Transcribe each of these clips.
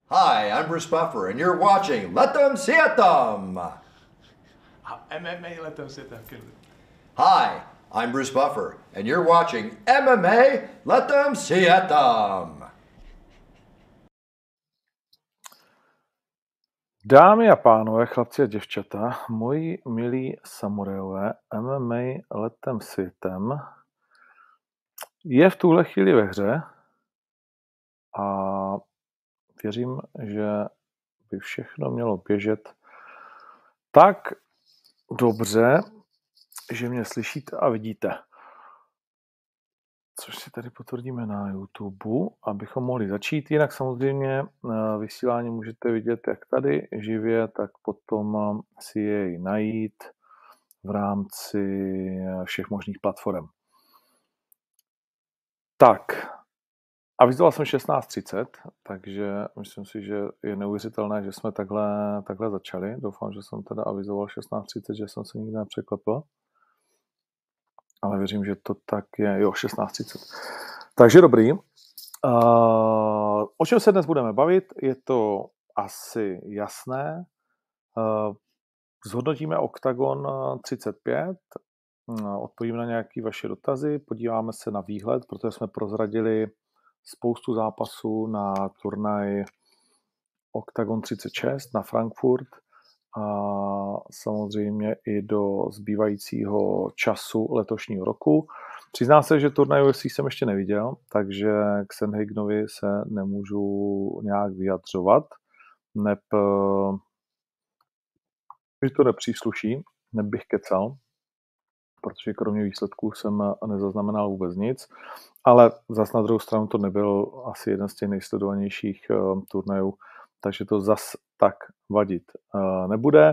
Hi, I'm Bruce Buffer, and you're watching Let Them See It Them! MMA Letem světem, kyllä. Hi, I'm Bruce Buffer, and you're watching MMA Let Them See It Them! Dámy a pánové, chlapci a děvčata, moji milí samurajové, MMA Letem světem je v tuhle chvíli ve hře a věřím, že by všechno mělo běžet tak dobře, že mě slyšíte a vidíte. Což si tady potvrdíme na YouTube, abychom mohli začít. Jinak samozřejmě vysílání můžete vidět jak tady živě, tak potom si jej najít v rámci všech možných platform. Tak, avizoval jsem 16:30, takže myslím si, že je neuvěřitelné, že jsme takhle začali. Doufám, že jsem teda avizoval 16:30, že jsem se nikdy nepřeklepl. Ale věřím, že to tak je. Jo, 16:30. Takže dobrý. O čem se dnes budeme bavit? Je to asi jasné. Zhodnotíme Octagon 35, odpovíme na nějaké vaše dotazy, podíváme se na výhled, protože jsme prozradili spoustu zápasů na turnaj Octagon 36 na Frankfurt a samozřejmě i do zbývajícího času letošního roku. Přiznám se, že turnaj UFC jsem ještě neviděl, takže k Sandhagenovi se nemůžu nějak vyjadřovat, že to nepřísluší, nebych kecal, protože kromě výsledků jsem nezaznamenal vůbec nic, ale zas na druhou stranu to nebyl asi jeden z těch nejsledovanějších turnajů, takže to zas tak vadit nebude.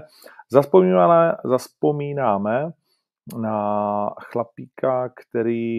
Zaspomínáme na chlapíka, který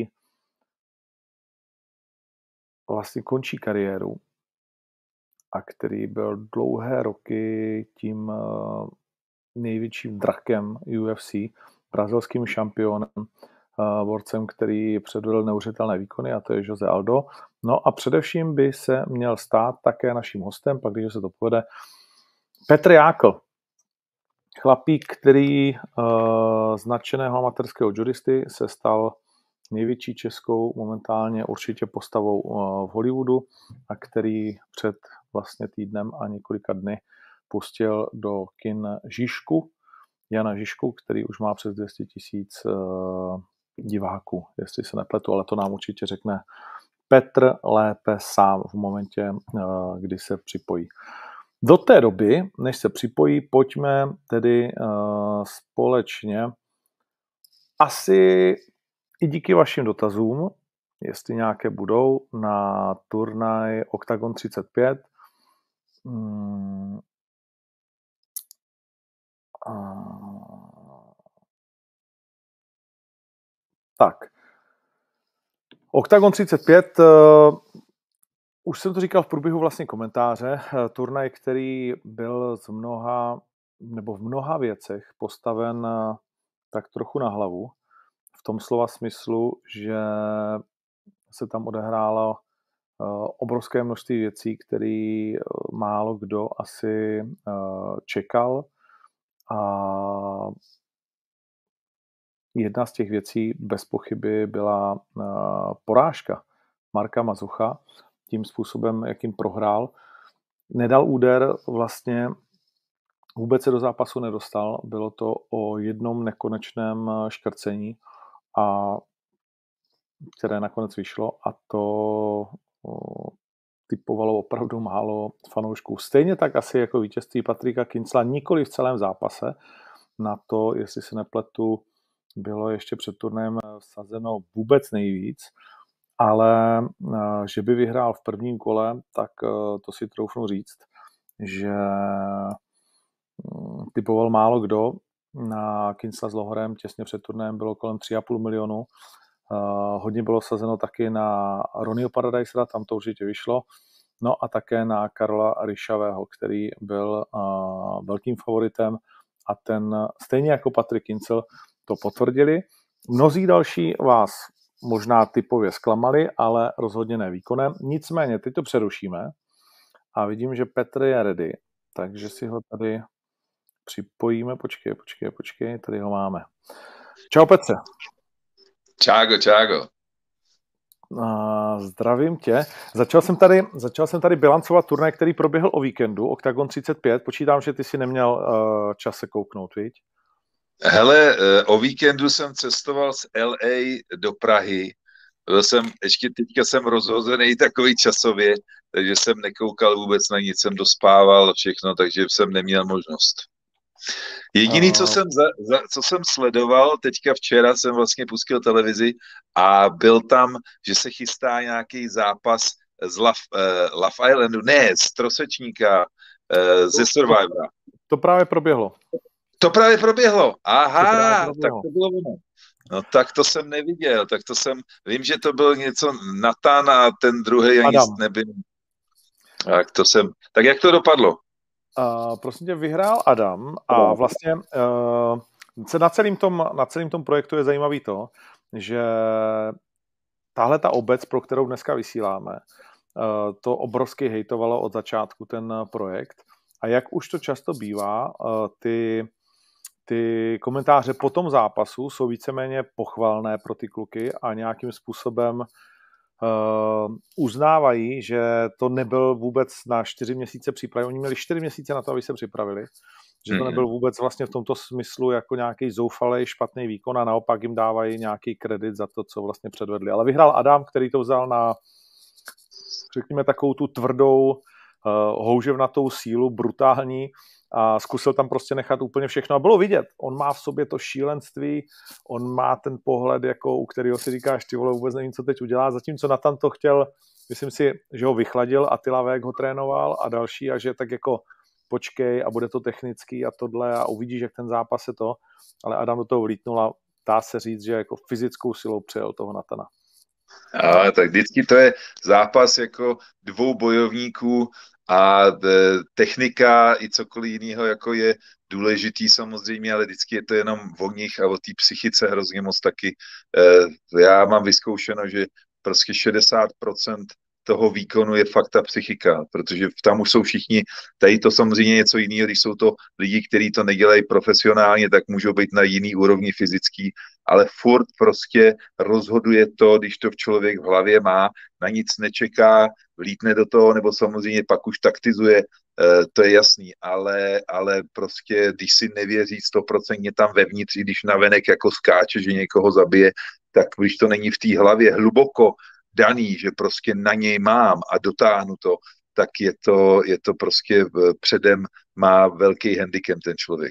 vlastně končí kariéru a který byl dlouhé roky tím největším drakem UFC, brazilským šampionem, borcem, který předvedl neuvěřitelné výkony, a to je Jose Aldo. No a především by se měl stát také naším hostem, pak když se to povede, Petr Jákl. Chlapík, který z nadšeného amatérského judisty se stal největší českou momentálně určitě postavou v Hollywoodu a který před vlastně týdnem a několika dny pustil do kin Žižku, Jana Žižku, který už má přes 200 000 diváků, jestli se nepletu, ale to nám určitě řekne Petr lépe sám v momentě, kdy se připojí. Do té doby, než se připojí, pojďme tedy společně asi i díky vašim dotazům, jestli nějaké budou, na turnaj Octagon 35. Tak. Octagon 35, už jsem to říkal v průběhu vlastně komentáře, turnaj, který byl v mnoha věcech postaven tak trochu na hlavu, v tom slova smyslu, že se tam odehrálo obrovské množství věcí, které málo kdo asi čekal. A jedna z těch věcí bez pochyby byla porážka Marka Mazucha tím způsobem, jakým prohrál. Nedal úder, vlastně vůbec se do zápasu nedostal. Bylo to o jednom nekonečném škrcení, které nakonec vyšlo, a to typovalo opravdu málo fanoušků. Stejně tak asi jako vítězství Patrika Kincla, nikoli v celém zápase. Na to, jestli se nepletu, bylo ještě před turnajem vsazeno vůbec nejvíc, ale že by vyhrál v prvním kole, tak to si troufnu říct, že typoval málo kdo. Na Kincla s Lohorem těsně před turnajem bylo kolem 3,5 milionu. Hodně bylo vsazeno taky na Ronnieho Paradisera, tam to určitě vyšlo. No a také na Karola Ryšavého, který byl velkým favoritem a ten, stejně jako Patrik Kincl, to potvrdili. Mnozí další vás možná typově zklamali, ale rozhodně ne výkonem. Nicméně teď to přerušíme A vidím, že Petr je ready, takže si ho tady připojíme. Počkej, tady ho máme. Čau Petře. Čágo. Zdravím tě. Začal jsem tady bilancovat turnaj, který proběhl o víkendu, Octagon 35. Počítám, že ty si neměl čas se kouknout, viď? Hele, o víkendu jsem cestoval z LA do Prahy. Ještě teďka jsem rozhozený takový časově, takže jsem nekoukal vůbec na nic, jsem dospával všechno, takže jsem neměl možnost. Jediný, co jsem sledoval, teďka včera jsem vlastně pustil televizi a byl tam, že se chystá nějaký zápas z Love Islandu, ne, z Trosečníka, ze Survivora. To právě proběhlo. Aha, tak to bylo ono. No tak to jsem neviděl, vím, že to byl něco Nathan a ten druhý ani nebyl. Tak jak to dopadlo? Prosím tě, vyhrál Adam a vlastně na celém tom projektu je zajímavý to, že tahle ta obec, pro kterou dneska vysíláme, to obrovsky hejtovalo od začátku ten projekt a jak už to často bývá, ty komentáře po tom zápasu jsou víceméně pochvalné pro ty kluky a nějakým způsobem uznávají, že to nebyl vůbec na 4 měsíce přípravy. Oni měli 4 měsíce na to, aby se připravili. Že to nebyl vůbec vlastně v tomto smyslu jako nějaký zoufalej, špatný výkon a naopak jim dávají nějaký kredit za to, co vlastně předvedli. Ale vyhrál Adam, který to vzal na, řekněme, takovou tu tvrdou, houževnatou sílu, brutální a zkusil tam prostě nechat úplně všechno. A bylo vidět, on má v sobě to šílenství, on má ten pohled, jako u kterého si říkáš, ty vole, vůbec nevím, co teď udělá, zatímco Nathan to chtěl, myslím si, že ho vychladil a Attila Vek ho trénoval a další a že tak jako počkej a bude to technický a tohle a uvidíš, jak ten zápas je to, ale Adam do toho vlítnul a dá se říct, že jako fyzickou silou přejel toho Nathana. Tak vždycky to je zápas jako dvou bojovníků a technika i cokoliv jiného jako je důležitý samozřejmě, ale vždycky je to jenom o nich a o té psychice hrozně moc taky. Já mám vyzkoušeno, že prostě 60% toho výkonu je fakt ta psychika, protože tam už jsou všichni, tady to samozřejmě něco jiného, když jsou to lidi, kteří to nedělají profesionálně, tak můžou být na jiný úrovni fyzický, ale furt prostě rozhoduje to, když to člověk v hlavě má, na nic nečeká, vlítne do toho, nebo samozřejmě pak už taktizuje, to je jasný, ale prostě, když si nevěří 100% tam vevnitř, když navenek jako skáče, že někoho zabije, tak když to není v té hlavě hluboko daný, že prostě na něj mám a dotáhnu to, tak je to prostě předem má velký handicap ten člověk.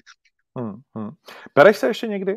Pereš se ještě někdy?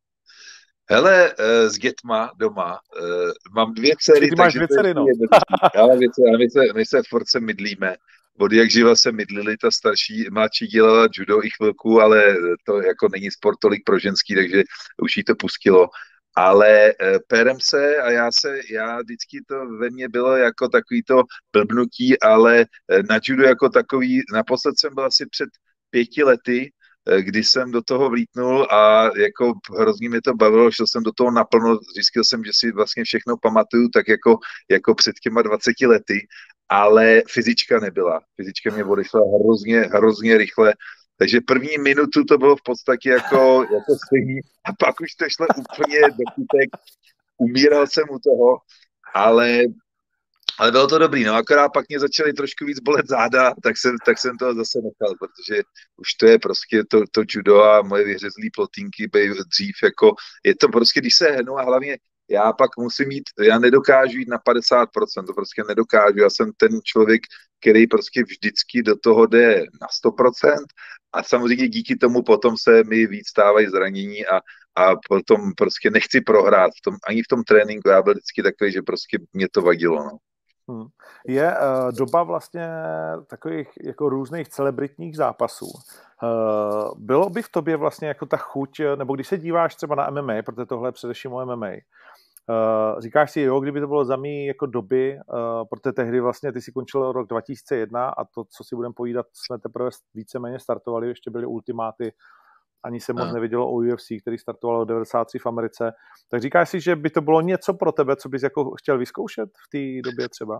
Hele, s dětma doma, mám 2 dcery, ty máš 2 dcery, no. Ale my se furt se mydlíme. Od jak živa se mydlili, ta mladší dělala judo i chvilku, ale to jako není sport tolik pro ženský, takže už jí to pustilo. Ale perem se a já vždycky to ve mně bylo jako takový to blbnutí, ale na judo jako takový, naposled jsem byl asi před 5 lety, kdy jsem do toho vlítnul a jako hrozně mě to bavilo, šel jsem do toho naplno, zjistil jsem, že si vlastně všechno pamatuju tak jako před těma 20 lety, ale fyzička nebyla. Fyzička mě odešla hrozně rychle. Takže první minutu to bylo v podstatě jako stejný a pak už to šlo úplně do kytek. Umíral jsem u toho, ale bylo to dobrý, no akorát pak mě začaly trošku víc bolet záda, tak jsem toho zase nechal, protože už to je prostě to judo a moje vyhřezlý plotínky dřív, jako je to prostě, když se hnu a hlavně já pak musím já nedokážu jít na 50%, to prostě nedokážu, já jsem ten člověk, který prostě vždycky do toho jde na 100% a samozřejmě díky tomu potom se mi víc stávají zranění a potom prostě nechci prohrát ani v tom tréninku, já byl vždycky takový, že prostě mě to vadilo, no. Je doba vlastně takových jako různých celebritních zápasů. Bylo by v tobě vlastně jako ta chuť, nebo když se díváš třeba na MMA, protože tohle je především o MMA, říkáš si, jo, kdyby to bylo za mý jako doby, protože tehdy vlastně ty si končil rok 2001 a to, co si budeme povídat, jsme teprve víceméně startovali, ještě byly ultimáty, ani se moc nevidělo o UFC, který startovalo 93 v Americe. Tak říkáš si, že by to bylo něco pro tebe, co bys jako chtěl vyzkoušet v té době třeba?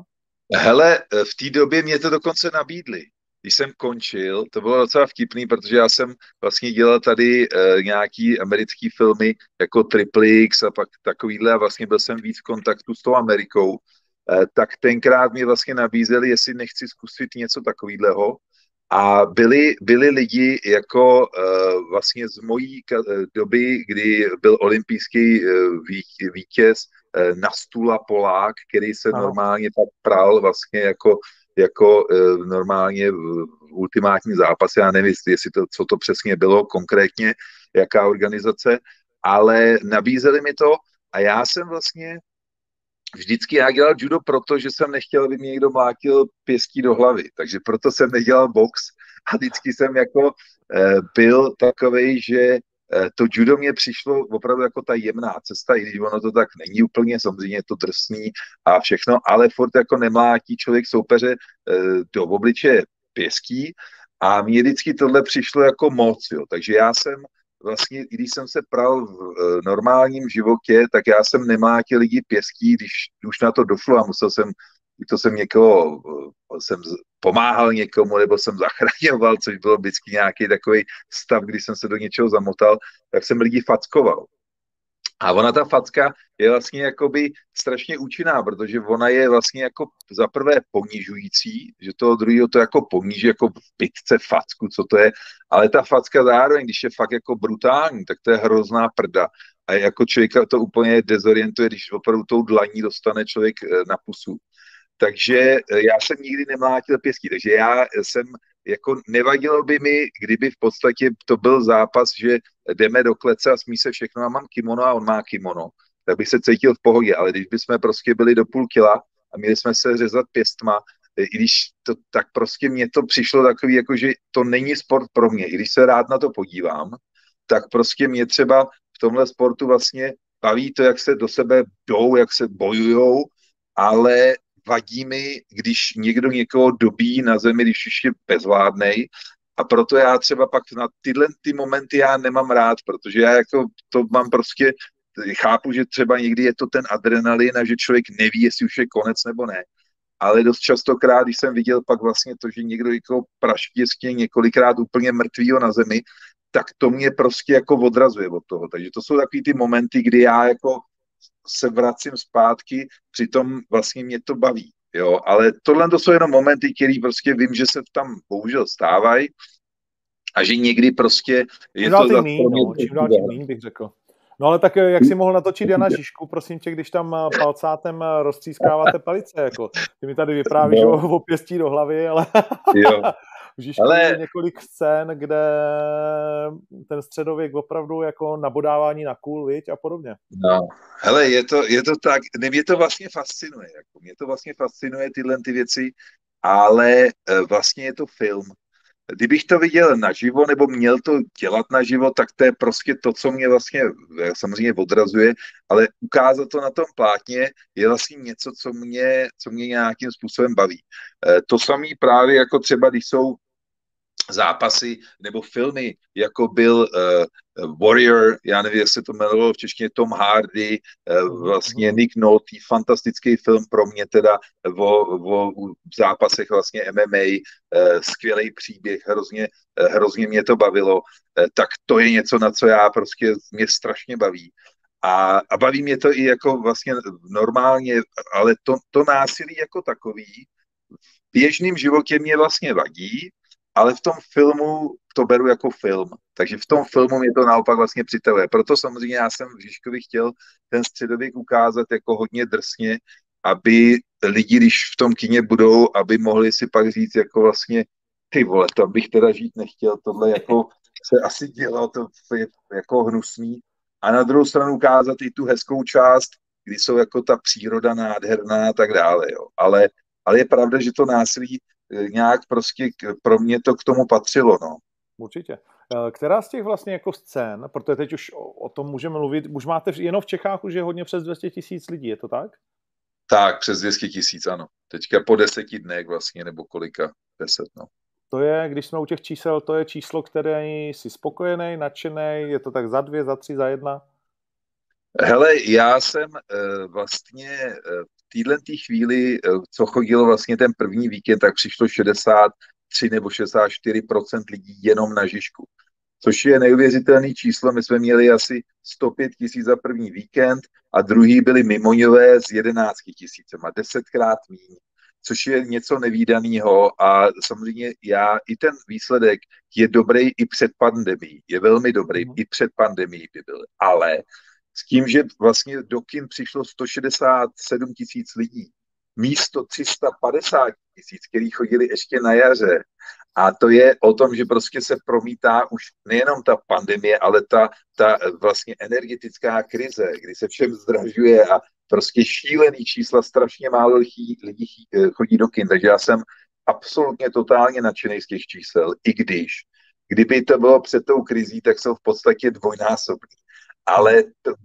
Hele, v té době mě to dokonce nabídli. Když jsem končil, to bylo docela vtipný, protože já jsem vlastně dělal tady nějaký americký filmy jako Triple X a pak takovýhle a vlastně byl jsem víc v kontaktu s tou Amerikou. Tak tenkrát mě vlastně nabízeli, jestli nechci zkusit něco takovýhleho. A byli lidi jako vlastně z mojí doby, kdy byl olympijský vítěz Nastula Polák, který se normálně tak pral vlastně jako normálně v ultimátní zápas. Já nevím, jestli to, co to přesně bylo konkrétně, jaká organizace, ale nabízeli mi to a já jsem vlastně vždycky já dělal judo proto, že jsem nechtěl, aby mě někdo mlátil pěstí do hlavy, takže proto jsem nedělal box a vždycky jsem jako byl takovej, že to judo mě přišlo opravdu jako ta jemná cesta, i když ono to tak není úplně, samozřejmě je to drsný a všechno, ale furt jako nemlátí člověk soupeře do obličeje pěstí a mně vždycky tohle přišlo jako moc, jo. Takže já jsem vlastně, když jsem se pral v normálním životě, tak já jsem nemlátil lidi pěstí, když už na to došlo a musel jsem, jsem někoho, jsem pomáhal někomu, nebo jsem zachraňoval, což bylo vždycky nějaký takový stav, kdy jsem se do něčeho zamotal, tak jsem lidi fackoval. A ona ta facka je vlastně jakoby strašně účinná, protože ona je vlastně jako za prvé ponižující, že toho druhého to jako poníží, jako v bitce facku, co to je, ale ta facka zároveň, když je fakt jako brutální, tak to je hrozná prda. A jako člověka to úplně dezorientuje, když opravdu tou dlaní dostane člověk na pusu. Takže já jsem nikdy nemlátil pěstí, takže já jsem, jako nevadilo by mi, kdyby v podstatě to byl zápas, že jdeme do klece a smí se všechno a mám kimono a on má kimono, tak bych se cítil v pohodě, ale když bychom prostě byli do půl kila a měli jsme se řezat pěstma, i když to, tak prostě mně to přišlo takový, jako že to není sport pro mě, i když se rád na to podívám, tak prostě mě třeba v tomhle sportu vlastně baví to, jak se do sebe jdou, jak se bojujou, ale vadí mi, když někdo někoho dobíjí na zemi, když už je bezvládnej. A proto já třeba pak na tyhle ty momenty já nemám rád, protože já jako to mám prostě, chápu, že třeba někdy je to ten adrenalin a že člověk neví, jestli už je konec nebo ne. Ale dost častokrát, když jsem viděl pak vlastně to, že někdo jako praštěstě několikrát úplně mrtvýho na zemi, tak to mě prostě jako odrazuje od toho. Takže to jsou takový ty momenty, kdy já jako se vracím zpátky, přitom vlastně mě to baví, jo, ale tohle to jsou jenom momenty, který prostě vím, že se tam bohužel stávají a že někdy prostě je čím to... čím dál tím míň, bych řekl. No ale tak jak si mohl natočit Jana Žižku, prosím tě, když tam palcátem roztřískáváte palice, jako. Ty mi tady vyprávíš o pěstí do hlavy, ale... Jo. Žižku je několik scén, kde ten středověk opravdu jako nabodávání na kůl, viď, a podobně. No, hele, je to tak, mě to vlastně fascinuje, jako, mě to vlastně fascinuje tyhle ty věci, ale vlastně je to film. Kdybych to viděl naživo, nebo měl to dělat naživo, tak to je prostě to, co mě vlastně samozřejmě odrazuje, ale ukázat to na tom plátně je vlastně něco, co mě nějakým způsobem baví. To samé právě jako třeba, když jsou zápasy nebo filmy, jako byl Warrior, já nevím, jak se to jmenovalo v češtině, Tom Hardy, vlastně Nick Nolte, fantastický film pro mě teda o zápasech vlastně MMA, skvělý příběh, hrozně mě to bavilo, tak to je něco, na co já prostě mě strašně baví. A baví mě to i jako vlastně normálně, ale to násilí jako takový v běžném životě mě vlastně vadí, ale v tom filmu to beru jako film. Takže v tom filmu mě to naopak vlastně přitahuje. Proto samozřejmě já jsem v Žižkovi chtěl ten středověk ukázat jako hodně drsně, aby lidi, když v tom kině budou, aby mohli si pak říct jako vlastně ty vole, to bych teda žít nechtěl, tohle jako se asi dělalo, to je jako hnusný. A na druhou stranu ukázat i tu hezkou část, kdy jsou jako ta příroda nádherná a tak dále. Jo. Ale je pravda, že to násilí nějak prostě pro mě to k tomu patřilo, no. Určitě. Která z těch vlastně jako scén, protože teď už o tom můžeme mluvit, už máte jenom v Čechách už je hodně přes 200 000 lidí, je to tak? Tak, přes 200 000, ano. Teďka po 10 dnech vlastně, nebo kolika? 10, no. To je, když jsme u těch čísel, to je číslo, které jsi spokojený, nadšený, je to tak za 2, za 3, za 1? Hele, já jsem vlastně téhle chvíli, co chodilo vlastně ten první víkend, tak přišlo 63 nebo 64% lidí jenom na Žižku. Což je neuvěřitelné číslo. My jsme měli asi 105 000 za první víkend a druhý byli mimoňové s 11 000, 10krát méně, což je něco nevídaného a samozřejmě i ten výsledek je dobrý i před pandemií, je velmi dobrý, i před pandemií by byl, ale s tím, že vlastně do kin přišlo 167 000 lidí, místo 350 000, kteří chodili ještě na jaře. A to je o tom, že prostě se promítá už nejenom ta pandemie, ale ta vlastně energetická krize, kdy se všem zdražuje a prostě šílený čísla, strašně málo lidí chodí do kin. Takže já jsem absolutně totálně nadšený z těch čísel, i kdyby to bylo před tou krizí, tak jsou v podstatě dvojnásobný. Ale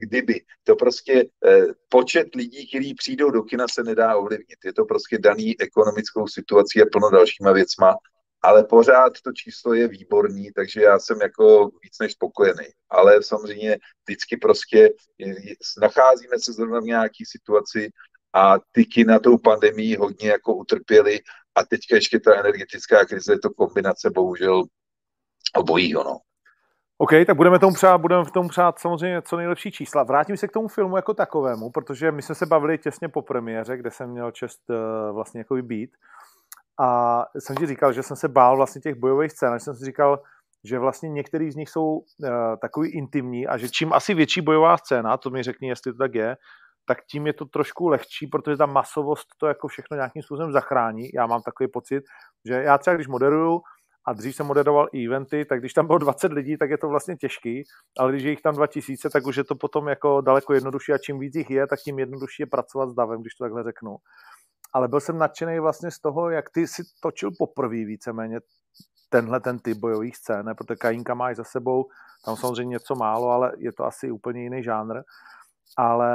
to prostě počet lidí, kteří přijdou do kina, se nedá ovlivnit. Je to prostě daný ekonomickou situací a plno dalšíma věcma, ale pořád to číslo je výborný, takže já jsem jako víc než spokojený. Ale samozřejmě vždycky prostě nacházíme se zrovna v nějaký situaci a ty kina tou pandemií hodně jako utrpěly a teďka ještě ta energetická krize, je to kombinace bohužel obojího, no. OK, tak budeme v tom přát samozřejmě co nejlepší čísla. Vrátím se k tomu filmu jako takovému, protože my jsme se bavili těsně po premiéře, kde jsem měl čest vlastně jako být. A jsem ti říkal, že jsem se bál vlastně těch bojových scén, že jsem si říkal, že vlastně některý z nich jsou takový intimní a že čím asi větší bojová scéna, to mi řekni, jestli to tak je, tak tím je to trošku lehčí, protože ta masovost to jako všechno nějakým způsobem zachrání. Já mám takový pocit, že já třeba když moderuju, a dřív jsem moderoval eventy, tak když tam bylo 20 lidí, tak je to vlastně těžký, ale když je jich tam 2000, tak už je to potom jako daleko jednodušší a čím víc jich je, tak tím jednodušší je pracovat s davem, když to takhle řeknu. Ale byl jsem nadšený vlastně z toho, jak ty si točil poprvé víceméně ten typ bojových scén, protože Kajínka máš za sebou, tam samozřejmě něco málo, ale je to asi úplně jiný žánr. Ale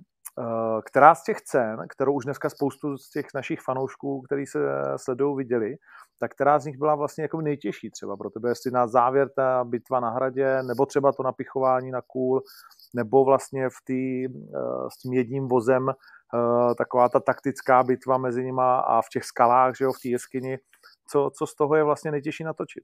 která z těch scén, kterou už dneska spoustu z těch našich fanoušků, který se sledují, viděli, tak která z nich byla vlastně jako nejtěžší třeba pro tebe, jestli na závěr ta bitva na hradě, nebo třeba to napichování na kůl, nebo vlastně s tím jedním vozem taková ta taktická bitva mezi nima a v těch skalách, že jo, v té jeskyni. Co z toho je vlastně nejtěžší natočit?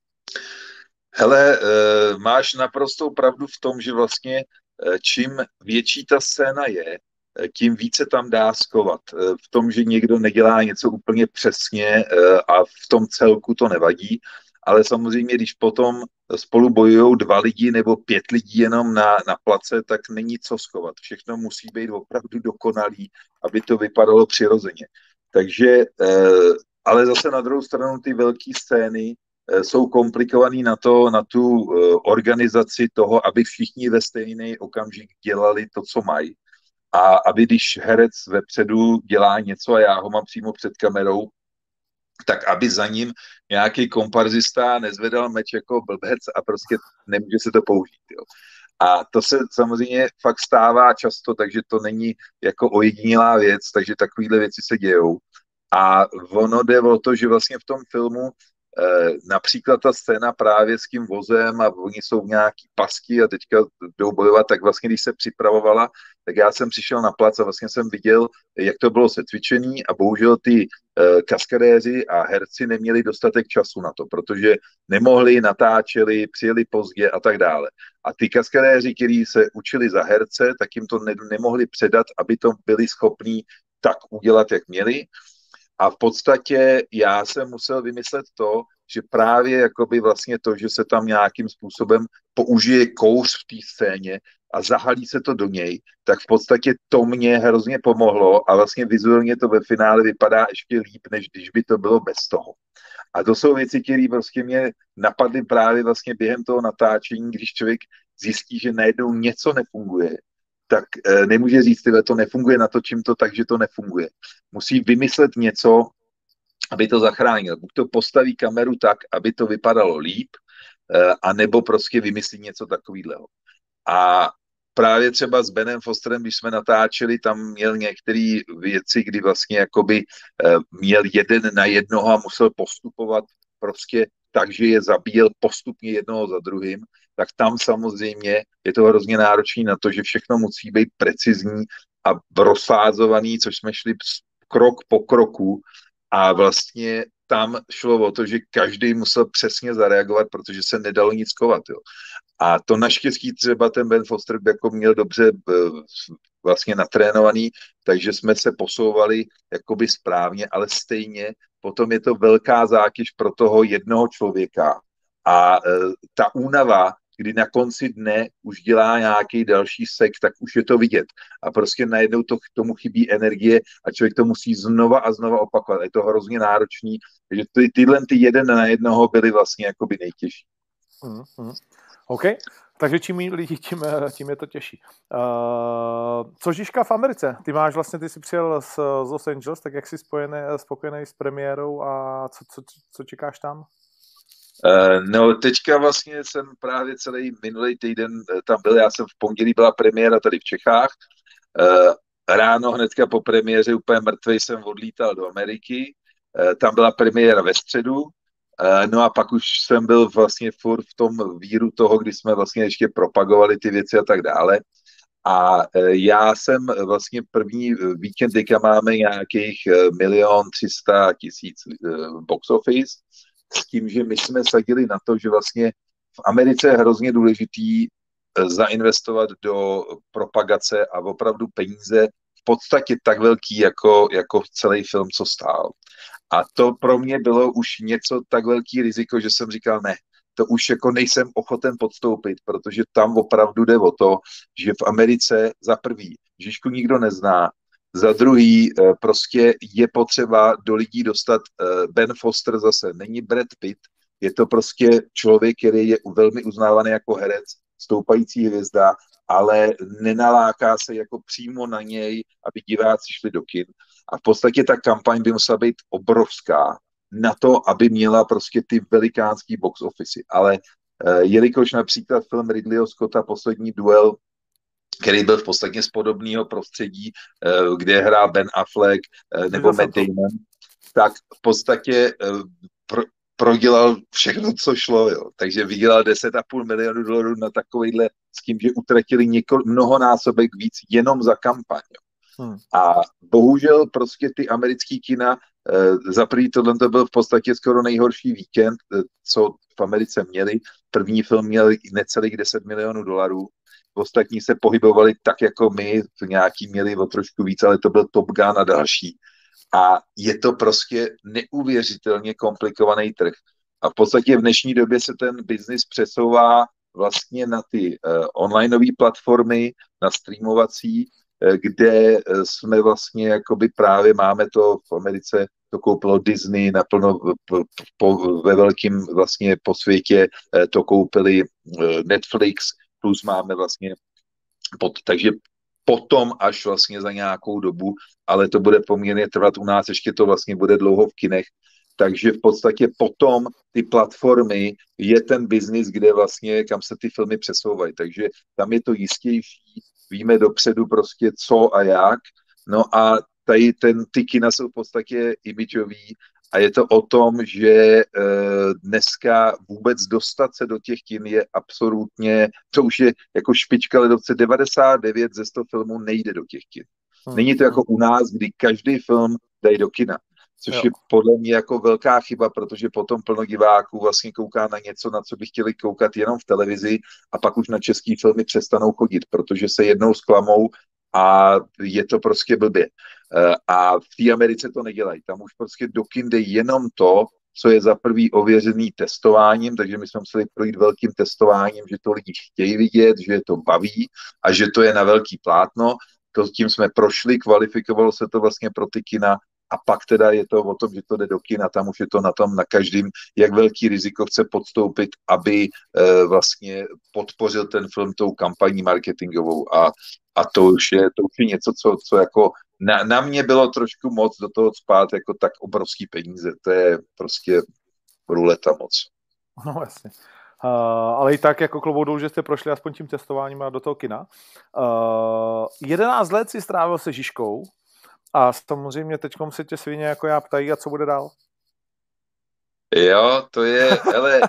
Hele, máš naprostou pravdu v tom, že vlastně čím větší ta scéna je, tím více tam dá skovat. V tom, že někdo nedělá něco úplně přesně a v tom celku to nevadí, ale samozřejmě, když potom spolu bojují 2 lidi nebo 5 lidí jenom na place, tak není co skovat. Všechno musí být opravdu dokonalý, aby to vypadalo přirozeně. Takže, ale zase na druhou stranu ty velké scény jsou komplikovaný na tu organizaci toho, aby všichni ve stejný okamžik dělali to, co mají. A aby když herec vepředu dělá něco a já ho mám přímo před kamerou, tak aby za ním nějaký komparzista nezvedal meč jako blbec a prostě nemůže se to použít. Jo. A to se samozřejmě fakt stává často, takže to není jako ojedinělá věc, takže takovéhle věci se dějou. A ono jde o to, že vlastně v tom filmu například ta scéna právě s tím vozem a oni jsou v nějaký pasky a teďka jdou bojovat, tak vlastně když se připravovala, tak já jsem přišel na plac a vlastně jsem viděl, jak to bylo secvičený a bohužel ty kaskadéři a herci neměli dostatek času na to, protože nemohli, natáčeli, přijeli pozdě a tak dále. A ty kaskadéři, kteří se učili za herce, tak jim to nemohli předat, aby to byli schopní tak udělat, jak měli. A v podstatě já jsem musel vymyslet to, že právě jakoby vlastně to, že se tam nějakým způsobem použije kouř v té scéně a zahalí se to do něj, tak v podstatě to mě hrozně pomohlo a vlastně vizuálně to ve finále vypadá ještě líp, než když by to bylo bez toho. A to jsou věci, které prostě mě napadly právě vlastně během toho natáčení, když člověk zjistí, že najednou něco nefunguje, tak nemůže říct, že to nefunguje, natočím to tak, že to nefunguje. Musí vymyslet něco, aby to zachránil. Buď to postaví kameru tak, aby to vypadalo líp, anebo prostě vymyslí něco takového. A právě třeba s Benem Fosterem, když jsme natáčeli, tam měl některé věci, kdy vlastně jakoby měl 1 na 1 a musel postupovat prostě tak, že je zabíjel postupně jednoho za druhým, tak tam samozřejmě je to hrozně náročné na to, že všechno musí být precizní a rozfázovaný, což jsme šli krok po kroku a vlastně tam šlo o to, že každý musel přesně zareagovat, protože se nedalo nic kovat. Jo. A to naštěstí třeba ten Ben Foster jako měl dobře vlastně natrénovaný, takže jsme se posouvali jakoby správně, ale stejně potom je to velká zátěž pro toho jednoho člověka. A ta únava, kdy na konci dne už dělá nějaký další sek, tak už je to vidět. A prostě najednou tomu chybí energie a člověk to musí znova a znova opakovat. Je to hrozně náročný, takže tyhle jeden na jednoho byly vlastně jakoby nejtěžší. OK, takže čím méně lidí, tím je to těžší. Co Žižka v Americe? Ty jsi přijel z Los Angeles, tak jak jsi spokojený s premiérou a co čekáš tam? No teďka vlastně jsem právě celý minulý týden tam byl, já jsem v pondělí byla premiéra tady v Čechách, ráno hnedka po premiéře úplně mrtvej jsem odlítal do Ameriky, tam byla premiéra ve středu, no a pak už jsem byl vlastně furt v tom víru toho, kdy jsme vlastně ještě propagovali ty věci a tak dále. A já jsem vlastně první víkend, teďka máme nějakých 1 300 000 box office, s tím, že my jsme sadili na to, že vlastně v Americe je hrozně důležitý zainvestovat do propagace a opravdu peníze v podstatě tak velký, jako celý film, co stál. A to pro mě bylo už něco tak velký riziko, že jsem říkal ne, to už jako nejsem ochoten podstoupit, protože tam opravdu jde o to, že v Americe za prvý Žižku nikdo nezná, za druhý prostě je potřeba do lidí dostat Ben Foster zase, není Brad Pitt, je to prostě člověk, který je velmi uznávaný jako herec, stoupající hvězda, ale nenaláká se jako přímo na něj, aby diváci šli do kin. A v podstatě ta kampaň by musela být obrovská na to, aby měla prostě ty velikánský box office. Ale jelikož například film Ridleyho Scotta Poslední duel, který byl v podstatě z podobného prostředí, kde hrál Ben Affleck nebo Matt Damon, tak v podstatě prodělal všechno, co šlo. Jo. Takže vydělal $10,5 milionu na takovýhle, s tím, že utratili mnohonásobek víc jenom za kampaň. A bohužel prostě ty americký kina, za první tohle to byl v podstatě skoro nejhorší víkend, co v Americe měli. První film měl necelých $10 milionů, ostatní se pohybovali tak, jako my, nějaký měli o trošku víc, ale to byl Top Gun a další. A je to prostě neuvěřitelně komplikovaný trh. A v podstatě v dnešní době se ten biznis přesouvá vlastně na ty onlineové platformy, na streamovací, kde jsme vlastně jakoby právě máme to v Americe, to koupilo Disney naplno ve velkým vlastně po světě, to koupili Netflix, plus máme vlastně takže potom až vlastně za nějakou dobu, ale to bude poměrně trvat u nás, ještě to vlastně bude dlouho v kinech, takže v podstatě potom ty platformy je ten biznis, kde vlastně, kam se ty filmy přesouvají, takže tam je to jistější, víme dopředu prostě co a jak, no a tady ty kina jsou v podstatě imidžový a je to o tom, že dneska vůbec dostat se do těch kin je absolutně, to už je jako špička ledovce, 99 ze 100 filmů nejde do těch kin. Není to jako u nás, kdy každý film dají do kina, což je podle mě jako velká chyba, protože potom plno diváků vlastně kouká na něco, na co by chtěli koukat jenom v televizi a pak už na český filmy přestanou chodit, protože se jednou zklamou a je to prostě blbě. A v té Americe to nedělají. Tam už prostě do kin jde jenom to, co je za prvý ověřený testováním, takže my jsme museli projít velkým testováním, že to lidi chtějí vidět, že je to baví a že to je na velký plátno. Tím jsme prošli, kvalifikovalo se to vlastně pro ty kina a pak teda je to o tom, že to jde do kina, tam už je to na tom na každým, jak velký riziko chce podstoupit, aby vlastně podpořil ten film tou kampaní marketingovou a to už je něco, co jako na mě bylo trošku moc do toho spát jako tak obrovský peníze, to je prostě ruleta moc. No jasně. Ale i tak jako klobouk dolů, že jste prošli aspoň tím testováním a do toho kina. 11 let si strávil se Žižkou a samozřejmě teďkom se tě svině jako já ptají, a co bude dál? Jo, to je, hele,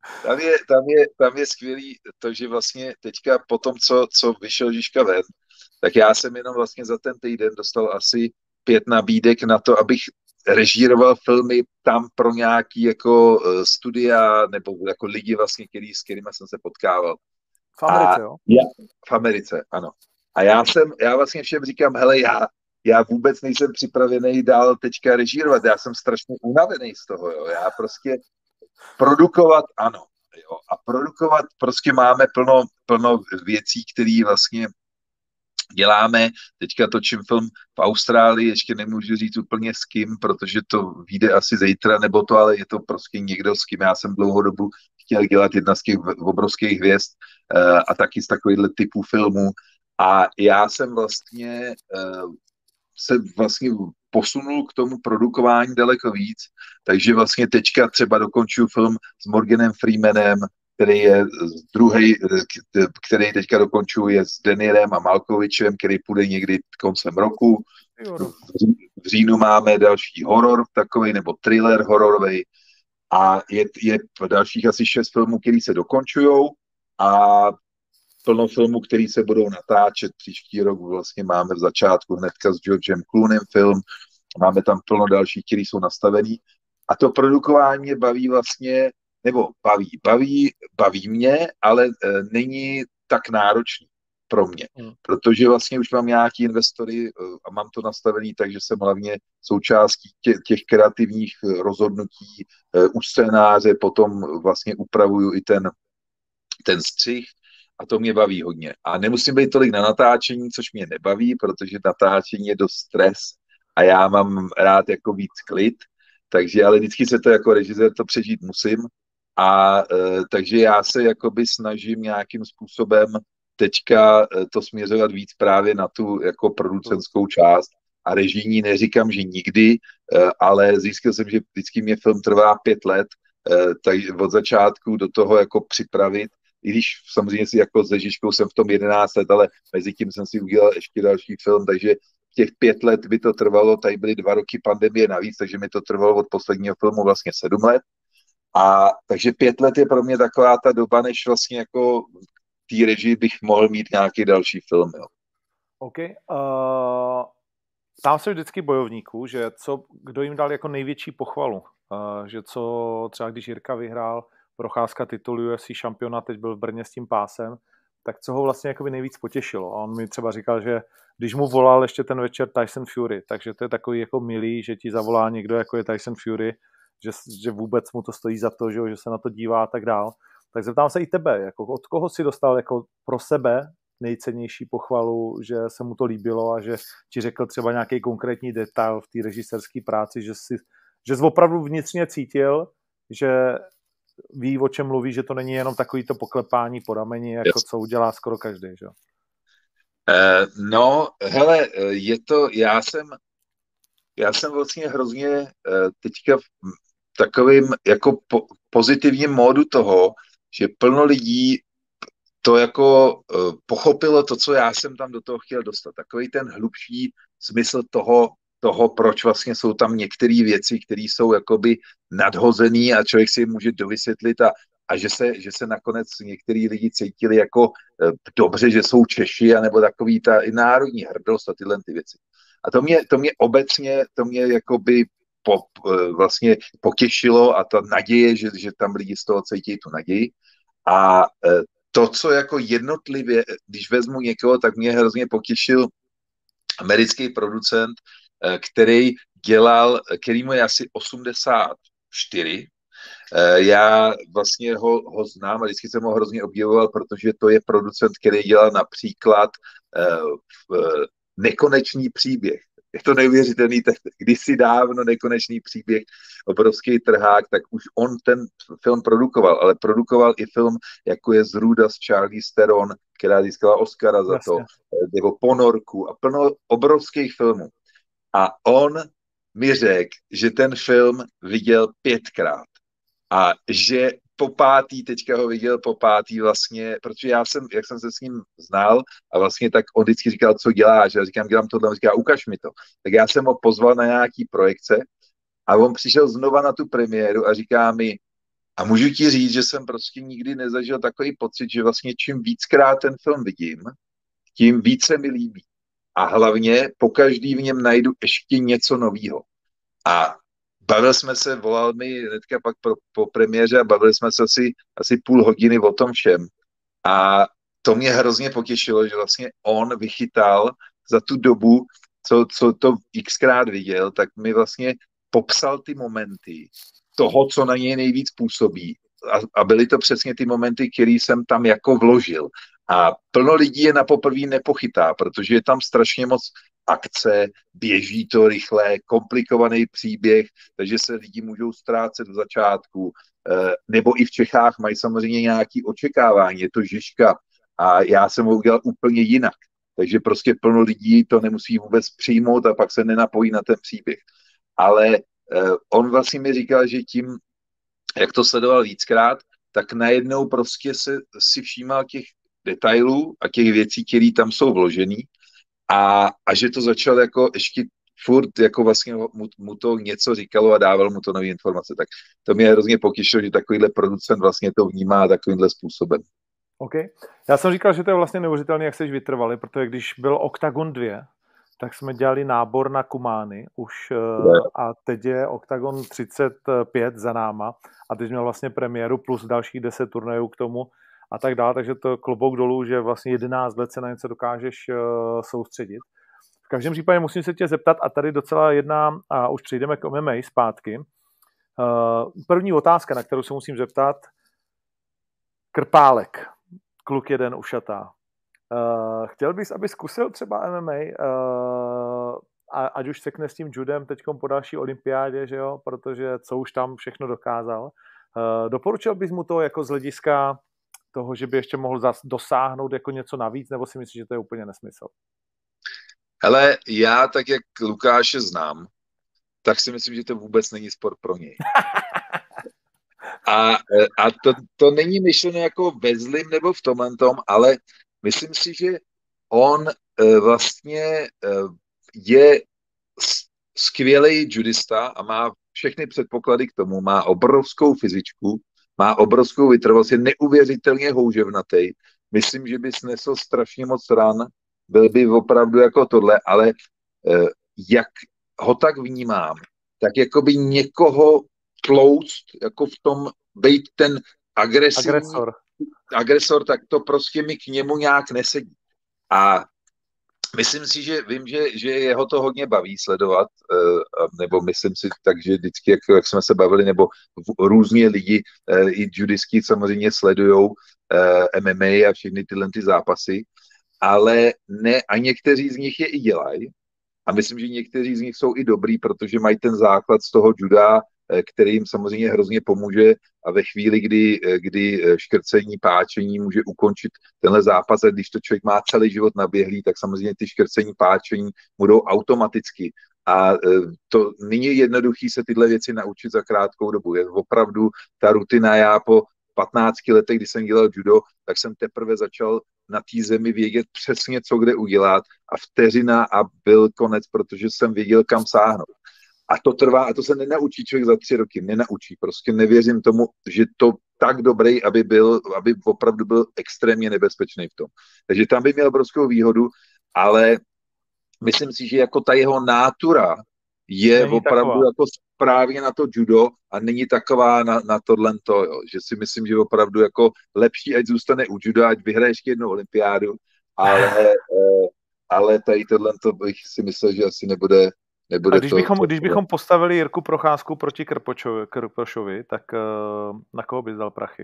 tam je skvělý to, že vlastně teďka po tom, co vyšel Žižka ven, tak já jsem jenom vlastně za ten týden dostal asi 5 nabídek na to, abych režíroval filmy tam pro nějaký jako studia nebo jako lidi vlastně, s kterými jsem se potkával. V Americe, jo? V Americe, ano. A já vlastně všem říkám, hele, já vůbec nejsem připravený dál teďka režírovat, já jsem strašně unavený z toho, jo. Já prostě produkovat, ano, jo. A produkovat prostě máme plno věcí, které vlastně děláme. Teďka točím film v Austrálii, ještě nemůžu říct úplně s kým, protože to vyjde asi zítra, nebo to, ale je to prostě někdo, s kým já jsem dlouhou dobu chtěl dělat, jedna z těch obrovských hvězd a taky z takovýchhle typů filmů. A já jsem vlastně se vlastně posunul k tomu produkování daleko víc, takže vlastně teďka třeba dokončuju film s Morganem Freemanem, který je druhý, který teďka dokončuju, je s Danielem a Malkovičem, který půjde někdy koncem roku. V říjnu máme další horor takovej, nebo thriller hororovej a je dalších asi 6 filmů, který se dokončujou a plno filmů, který se budou natáčet příští rok. Vlastně máme v začátku hnedka s Georgem Clooneym film, máme tam plno dalších, který jsou nastavený. A to produkování mě baví vlastně, nebo baví mě, ale není tak náročný pro mě. Protože vlastně už mám nějaký investory a mám to nastavený, takže jsem hlavně součástí těch kreativních rozhodnutí u scénáře, potom vlastně upravuju i ten střih. A to mě baví hodně. A nemusím být tolik na natáčení, což mě nebaví, protože natáčení je dost stres a já mám rád jako víc klid, takže ale vždycky se to jako režisér to přežít musím. A takže já se jakoby snažím nějakým způsobem teďka to směřovat víc právě na tu jako producentskou část. A režijní neříkám, že nikdy, ale zjistil jsem, že vždycky mě film trvá 5 let, takže od začátku do toho jako připravit, i když samozřejmě si jako s Ježiškou jsem v tom 11 let, ale mezi tím jsem si udělal ještě další film, takže těch 5 let by to trvalo, tady byly 2 roky pandemie navíc, takže mi to trvalo od posledního filmu vlastně 7 let. A takže 5 let je pro mě taková ta doba, než vlastně jako v té režii bych mohl mít nějaký další film. Jo. OK. Tam se vždycky bojovníků, že kdo jim dal jako největší pochvalu, že co třeba když Jirka vyhrál procházka titulu UFC šampiona, teď byl v Brně s tím pásem, tak co ho vlastně jakoby nejvíc potěšilo. A on mi třeba říkal, že když mu volal ještě ten večer Tyson Fury, takže to je takový jako milý, že ti zavolá někdo, jako je Tyson Fury, že vůbec mu to stojí za to, že se na to dívá a tak dál. Tak zeptám se i tebe, jako od koho si dostal jako pro sebe nejcennější pochvalu, že se mu to líbilo a že ti řekl třeba nějaký konkrétní detail v té režisérské práci, že jsi opravdu vnitřně cítil, že ví, o čem mluví, že to není jenom takový to poklepání po rameni, jako co udělá skoro každý, že? No, hele, je to, já jsem vlastně hrozně teďka v takovým jako pozitivním módu toho, že plno lidí to jako pochopilo to, co já jsem tam do toho chtěl dostat. Takový ten hlubší smysl toho, proč vlastně jsou tam některé věci, které jsou jakoby nadhozený a člověk si je může dovysvětlit a že se nakonec některý lidi cítili jako dobře, že jsou Češi, anebo takový ta i národní hrdost a tyhle ty věci. A to mě obecně, jakoby vlastně potěšilo a ta naděje, že tam lidi z toho cítí tu naději. A to, co jako jednotlivě, když vezmu někoho, tak mě hrozně potěšil americký producent, který mu je asi 84. Já vlastně ho znám a vždycky jsem ho hrozně obdivoval, protože to je producent, který dělal například Nekonečný příběh. Je to neuvěřitelný, tak kdysi dávno Nekonečný příběh, obrovský trhák, tak už on ten film produkoval, ale produkoval i film, jako je Zrůda s Charlize Theron, která získala Oscara za to, nebo Ponorku a plno obrovských filmů. A on mi řekl, že ten film viděl 5krát a že teďka ho viděl vlastně, protože jak jsem se s ním znal a vlastně tak on vždycky říkal, co děláš, já říkám, dělám tohle, on říká, ukaž mi to. Tak já jsem ho pozval na nějaký projekce a on přišel znova na tu premiéru a říká mi, a můžu ti říct, že jsem prostě nikdy nezažil takový pocit, že vlastně čím víckrát ten film vidím, tím více mi líbí. a hlavně pokaždý v něm najdu ještě něco nového. A bavili jsme se, volal mi hnedka pak po premiéře a bavili jsme se asi půl hodiny o tom všem. A to mě hrozně potěšilo, že vlastně on vychytal za tu dobu, co to xkrát viděl, tak mi vlastně popsal ty momenty toho, co na něj nejvíc působí. A byly to přesně ty momenty, které jsem tam jako vložil. A plno lidí je na poprvé nepochytá, protože je tam strašně moc akce, běží to rychle, komplikovaný příběh, takže se lidi můžou ztrácet v začátku, nebo i v Čechách mají samozřejmě nějaké očekávání, je to Žižka a já jsem ho udělal úplně jinak. Takže prostě plno lidí to nemusí vůbec přijmout a pak se nenapojí na ten příběh. Ale on vlastně mi říkal, že tím, jak to sledoval víckrát, tak najednou prostě si všímal těch detailů a těch věcí, které tam jsou vložený a že to začal jako ještě furt jako vlastně mu to něco říkalo a dával mu to nové informace. Tak to mě hrozně potěšilo, že takovýhle producent vlastně to vnímá takovýmhle způsobem. OK. Já jsem říkal, že to je vlastně neuvěřitelné, jak jsi vytrvali, protože když byl Octagon 2, tak jsme dělali nábor na Kumány už a teď je Octagon 35 za náma a teď měl vlastně premiéru plus dalších 10 turnajů k tomu a tak dále, takže to klobouk dolů, že vlastně 11 let se na něco dokážeš soustředit. V každém případě musím se tě zeptat a tady docela jedna, a už přejdeme k MMA zpátky. První otázka, na kterou se musím zeptat, Krpálek, kluk jeden ušatá. Chtěl bys, aby zkusil třeba MMA, ať už sekne s tím judem teďkom po další olympiádě, že jo, protože co už tam všechno dokázal. Doporučil bys mu to jako z hlediska toho, že by ještě mohl dosáhnout jako něco navíc, nebo si myslíš, že to je úplně nesmysl? Hele, já tak, jak Lukáše znám, tak si myslím, že to vůbec není sport pro něj. A to není myšleno jako ve zlým nebo v tomhle tom, ale myslím si, že on vlastně je skvělý judista a má všechny předpoklady k tomu, má obrovskou fyzičku, má obrovskou vytrvalost, je neuvěřitelně houževnatý. Myslím, že by snesl strašně moc ran, byl by opravdu jako tohle, ale jak ho tak vnímám, tak jako by někoho tlouct, jako v tom být ten agresor, tak to prostě mi k němu nějak nesedí. A myslím si, že vím, že jeho to hodně baví sledovat, nebo myslím si tak, že vždycky, jak jsme se bavili, nebo různě lidi, i judisti samozřejmě sledujou MMA a všechny tyhle ty zápasy, ale ne, a někteří z nich je i dělají. A myslím, že někteří z nich jsou i dobrý, protože mají ten základ z toho juda, který jim samozřejmě hrozně pomůže a ve chvíli, kdy škrcení, páčení může ukončit tenhle zápas a když to člověk má celý život naběhlý, tak samozřejmě ty škrcení, páčení budou automaticky. A to není jednoduchý se tyhle věci naučit za krátkou dobu. Je opravdu ta rutina, já po 15 letech, kdy jsem dělal judo, tak jsem teprve začal na té zemi vědět přesně, co kde udělat a vteřina a byl konec, protože jsem věděl, kam sáhnout. A to trvá, a to se nenaučí člověk za 3 roky, nenaučí. Prostě nevěřím tomu, že to tak dobrý, aby opravdu byl extrémně nebezpečný v tom. Takže tam by měl obrovskou výhodu, ale myslím si, že jako ta jeho nátura je není opravdu taková. Jako správně na to judo a není taková na tohleto, jo. Že si myslím, že opravdu jako lepší, ať zůstane u juda, ať vyhraje ještě jednu olympiádu, ale tady tohleto bych si myslel, že asi nebude. A když bychom postavili Jirku Procházku proti Krpošovi, tak na koho bys dal prachy?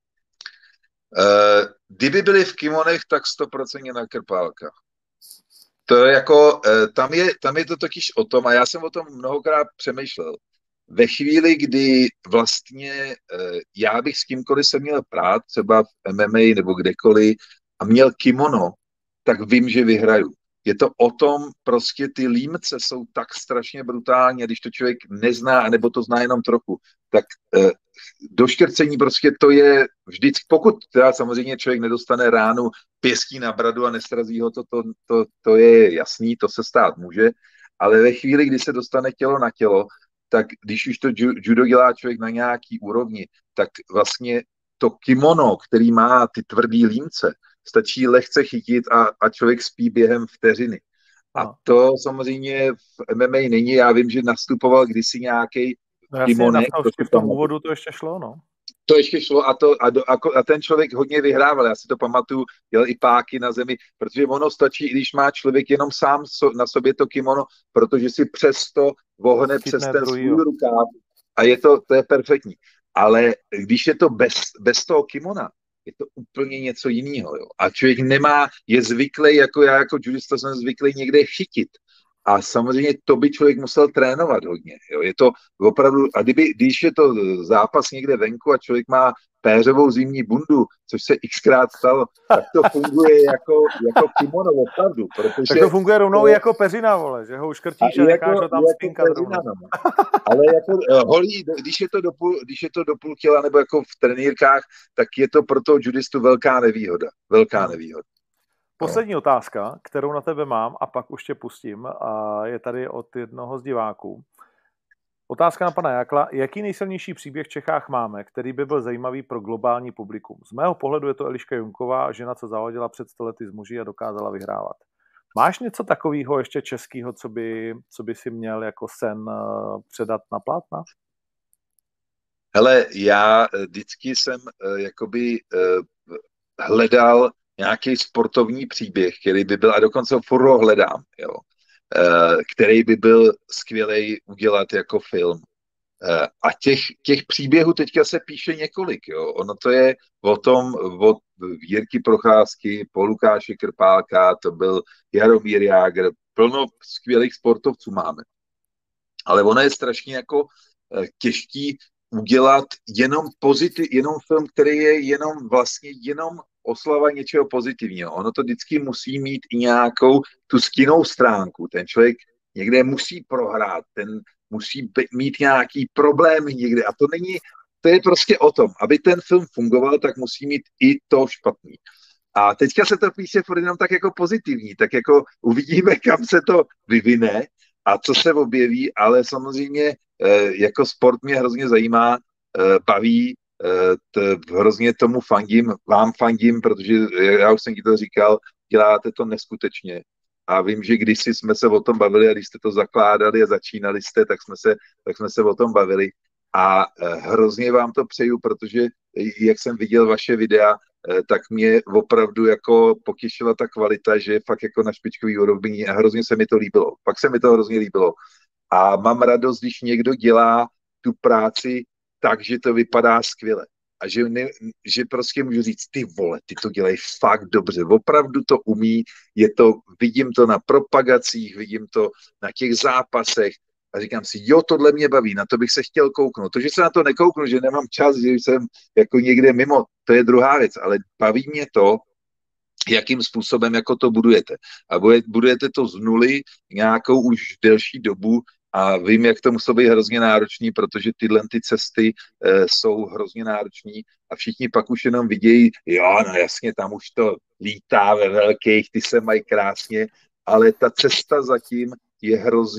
Kdyby byli v kimonech, tak 100% na Krpálka. To je jako, tam je to totiž o tom, a já jsem o tom mnohokrát přemýšlel. Ve chvíli, kdy vlastně já bych s kýmkoliv se měl prát, třeba v MMA nebo kdekoliv, a měl kimono, tak vím, že vyhraju. Je to o tom, prostě ty límce jsou tak strašně brutální, a když to člověk nezná, nebo to zná jenom trochu, tak doškrcení prostě to je vždycky, pokud teda samozřejmě člověk nedostane ránu pěstí na bradu a nestrazí ho, to je jasný, to se stát může, ale ve chvíli, kdy se dostane tělo na tělo, tak když už to judo dělá člověk na nějaký úrovni, tak vlastně to kimono, který má ty tvrdý límce, stačí lehce chytit a člověk spí během vteřiny. A to samozřejmě v MMA není. Já vím, že nastupoval kdysi nějaký Timonek. V tom úvodu to ještě šlo, no. To ještě šlo a ten člověk hodně vyhrával. Já si to pamatuju, jel i páky na zemi, protože ono stačí, i když má člověk jenom sám na sobě to kimono, protože si přesto vohne přes ten svůj rukáv a to je perfektní. Ale když je to bez toho kimona, je to úplně něco jiného. Jo? A člověk je zvyklý, jako já jako judista jsem zvyklý někde chytit. A samozřejmě to by člověk musel trénovat hodně. Jo? Je to opravdu, a když je to zápas někde venku a člověk má péřovou zimní bundu, což se xkrát stalo, tak to funguje jako kimono opravdu. Protože tak to funguje rovnou jako peřina, vole, že ho uškrtíš a necháš ho tam spinkat rovnou. No. Ale jako holí, když je to do půl těla nebo jako v trenýrkách, tak je to pro toho judistu velká nevýhoda. Velká nevýhoda. Poslední otázka, kterou na tebe mám a pak už tě pustím, a je tady od jednoho z diváků. Otázka na pana Jakla. Jaký nejsilnější příběh v Čechách máme, který by byl zajímavý pro globální publikum? Z mého pohledu je to Eliška Junková, žena, co zahodila před 100 lety z muži a dokázala vyhrávat. Máš něco takového ještě českého, co by si měl jako sen předat na plátna? Hele, já vždycky jsem hledal nějaký sportovní příběh, který by byl, a dokonce furt ho hledám, jo, který by byl skvělej udělat jako film. A těch příběhů teďka se píše několik. Jo. Ono to je od Jirky Procházky, po Lukáše Krpálka, to byl Jaromír Jágr, plno skvělých sportovců máme. Ale ono je strašně jako těžký udělat jenom film, který je jenom oslava něčeho pozitivního. Ono to vždycky musí mít i nějakou tu stinnou stránku. Ten člověk někde musí prohrát, ten musí mít nějaký problémy někde. A to je prostě o tom. Aby ten film fungoval, tak musí mít i to špatný. A teďka se to píše furt jenom tak jako pozitivní, tak jako uvidíme, kam se to vyvine a co se objeví, ale samozřejmě jako sport mě hrozně zajímá, baví, hrozně tomu vám fandím, protože já už jsem ti to říkal, děláte to neskutečně. A vím, že když jsme se o tom bavili a když jste to zakládali a začínali jste, tak jsme se o tom bavili. A hrozně vám to přeju, protože jak jsem viděl vaše videa, tak mě opravdu jako potěšila ta kvalita, že je fakt jako na špičkový úrovni a hrozně se mi to líbilo. Fakt se mi to hrozně líbilo. A mám radost, když někdo dělá tu práci tak, že to vypadá skvěle. A že prostě můžu říct, ty vole, ty to dělají fakt dobře, opravdu to umí, vidím to na propagacích, vidím to na těch zápasech a říkám si, jo, tohle mě baví, na to bych se chtěl kouknout. To, že se na to nekouknu, že nemám čas, že jsem jako někde mimo, to je druhá věc, ale baví mě to, jakým způsobem jako to budujete. A budujete to z nuly nějakou už delší dobu a vím, jak to musí být hrozně náročný, protože tyhle ty cesty jsou hrozně náročný a všichni pak už jenom vidějí, jo, no jasně, tam už to lítá ve velkých, ty se mají krásně, ale ta cesta zatím je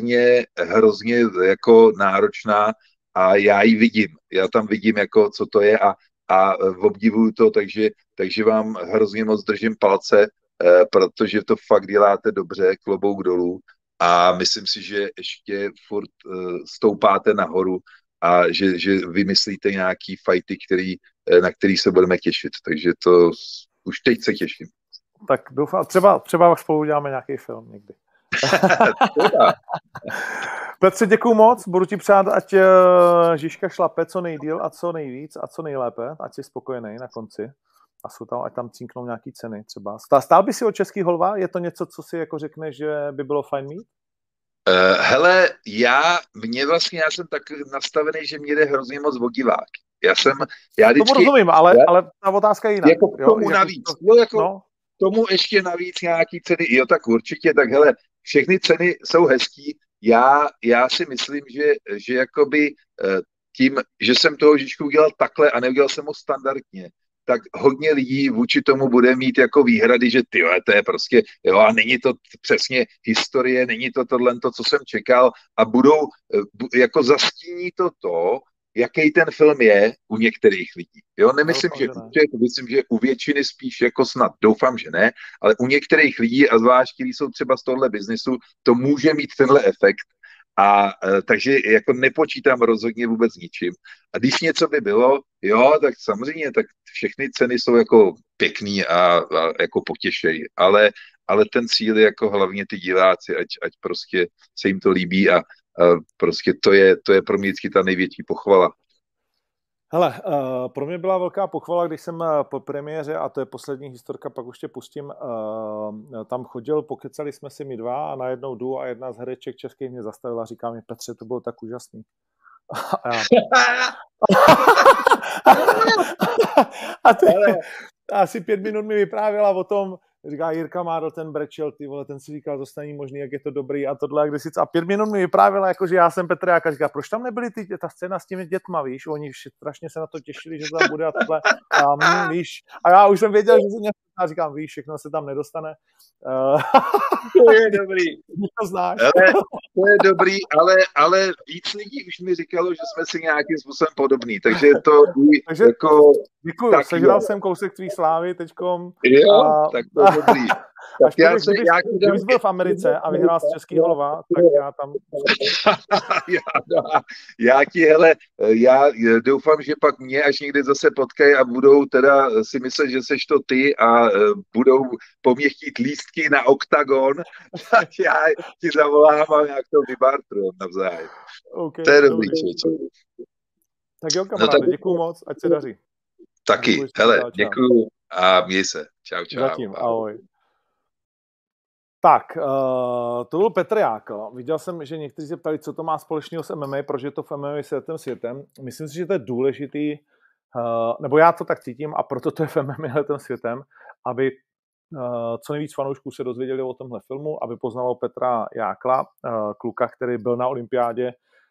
hrozně jako náročná a já ji vidím. Já tam vidím, jako co to je a obdivuju to, takže vám hrozně moc držím palce, protože to fakt děláte dobře, klobouk dolů a myslím si, že ještě furt stoupáte nahoru a že vymyslíte nějaký fighty, na který se budeme těšit. Takže to už teď se těším. Tak doufám, třeba spolu uděláme nějaký film někdy. Petře, děkuju moc, budu ti přát, ať Žižka šlape co nejdýl a co nejvíc a co nejlépe, ať jsi spokojený na konci a ať tam cinknou nějaký ceny třeba. Stál by si o český holva? Je to něco, co si jako řekneš, že by bylo fajn mít? Hele, já jsem tak nastavený, že mě jde hrozně moc o divák. Já vždycky, tomu rozumím, ale ta otázka je jiná. Jako k tomu navíc. Tomu ještě navíc nějaký ceny. Jo, tak určitě, tak hele, všechny ceny jsou hezký. Já si myslím, že jakoby tím, že jsem toho Žižku udělal takhle a neudělal jsem ho standardně, tak hodně lidí vůči tomu bude mít jako výhrady, že to je prostě, jo, a není to přesně historie, není to tohle, co jsem čekal a budou, jako zastíní to, jaký ten film je u některých lidí. Jo, nemyslím, Doufám, že že u ne. všech, myslím, že u většiny spíš jako snad, doufám, že ne, ale u některých lidí, a zvlášť, kteří jsou třeba z tohohle biznisu, to může mít tenhle efekt. A takže jako nepočítám rozhodně vůbec ničím. A když něco by bylo, jo, tak samozřejmě, tak všechny ceny jsou jako pěkný a jako potěšej, ale ten cíl je jako hlavně ty diváci, ať prostě se jim to líbí a prostě to je pro mě vždycky ta největší pochvala. Hele, pro mě byla velká pochvala, když jsem po premiéře, a to je poslední historka, pak už tě pustím, tam chodil, pokecali jsme si my dva a najednou jdu a jedna z hereček českých mě zastavila a říká mi, Petře, to bylo tak úžasný. A já... a ty, asi 5 minut mi vyprávěla o tom, říká Jirka Mádl, ten brečel, ty vole, ten si říkal, to není možný, jak je to dobrý a tohle, a 5 minut mi vyprávěla, jako že já jsem Petr Jáka, říká, proč tam nebyly ta scéna s těmi dětma, víš, oni strašně se na to těšili, že to tam bude a tohle, a víš, a já už jsem věděl, že se mě a říkám, víš, všechno se tam nedostane. To je dobrý. To znáš. To je dobrý, ale víc lidí už mi říkalo, že jsme si nějakým způsobem podobný, takže to takže jako... Děkuju, sežral jsem kousek tvý slávy teďkom. Jo, tak to je dobrý. Tak kdybys byl v Americe a vyhrál z českého lva, tak já tam... já doufám, že pak mě až někdy zase potkají a budou teda si myslet, že seš to ty a budou po mně chtít lístky na OKTAGON, tak já ti zavolám a nějak to vybartrujem navzájem. Okay, to je dobrý, člověče. Tak jo, kamaráde, no, děkuju moc, ať se daří. Taky, hele, děkuju a měj se. Čau. Zatím, ahoj. Tak, to byl Petr Jákl. Viděl jsem, že někteří se ptali, co to má společného s MMA, proč je to v MMA světem. Myslím si, že to je důležitý, nebo já to tak cítím a proto to je v MMA světem, aby co nejvíc fanoušků se dozvěděli o tomhle filmu, aby poznalo Petra Jákla, kluka, který byl na olympiádě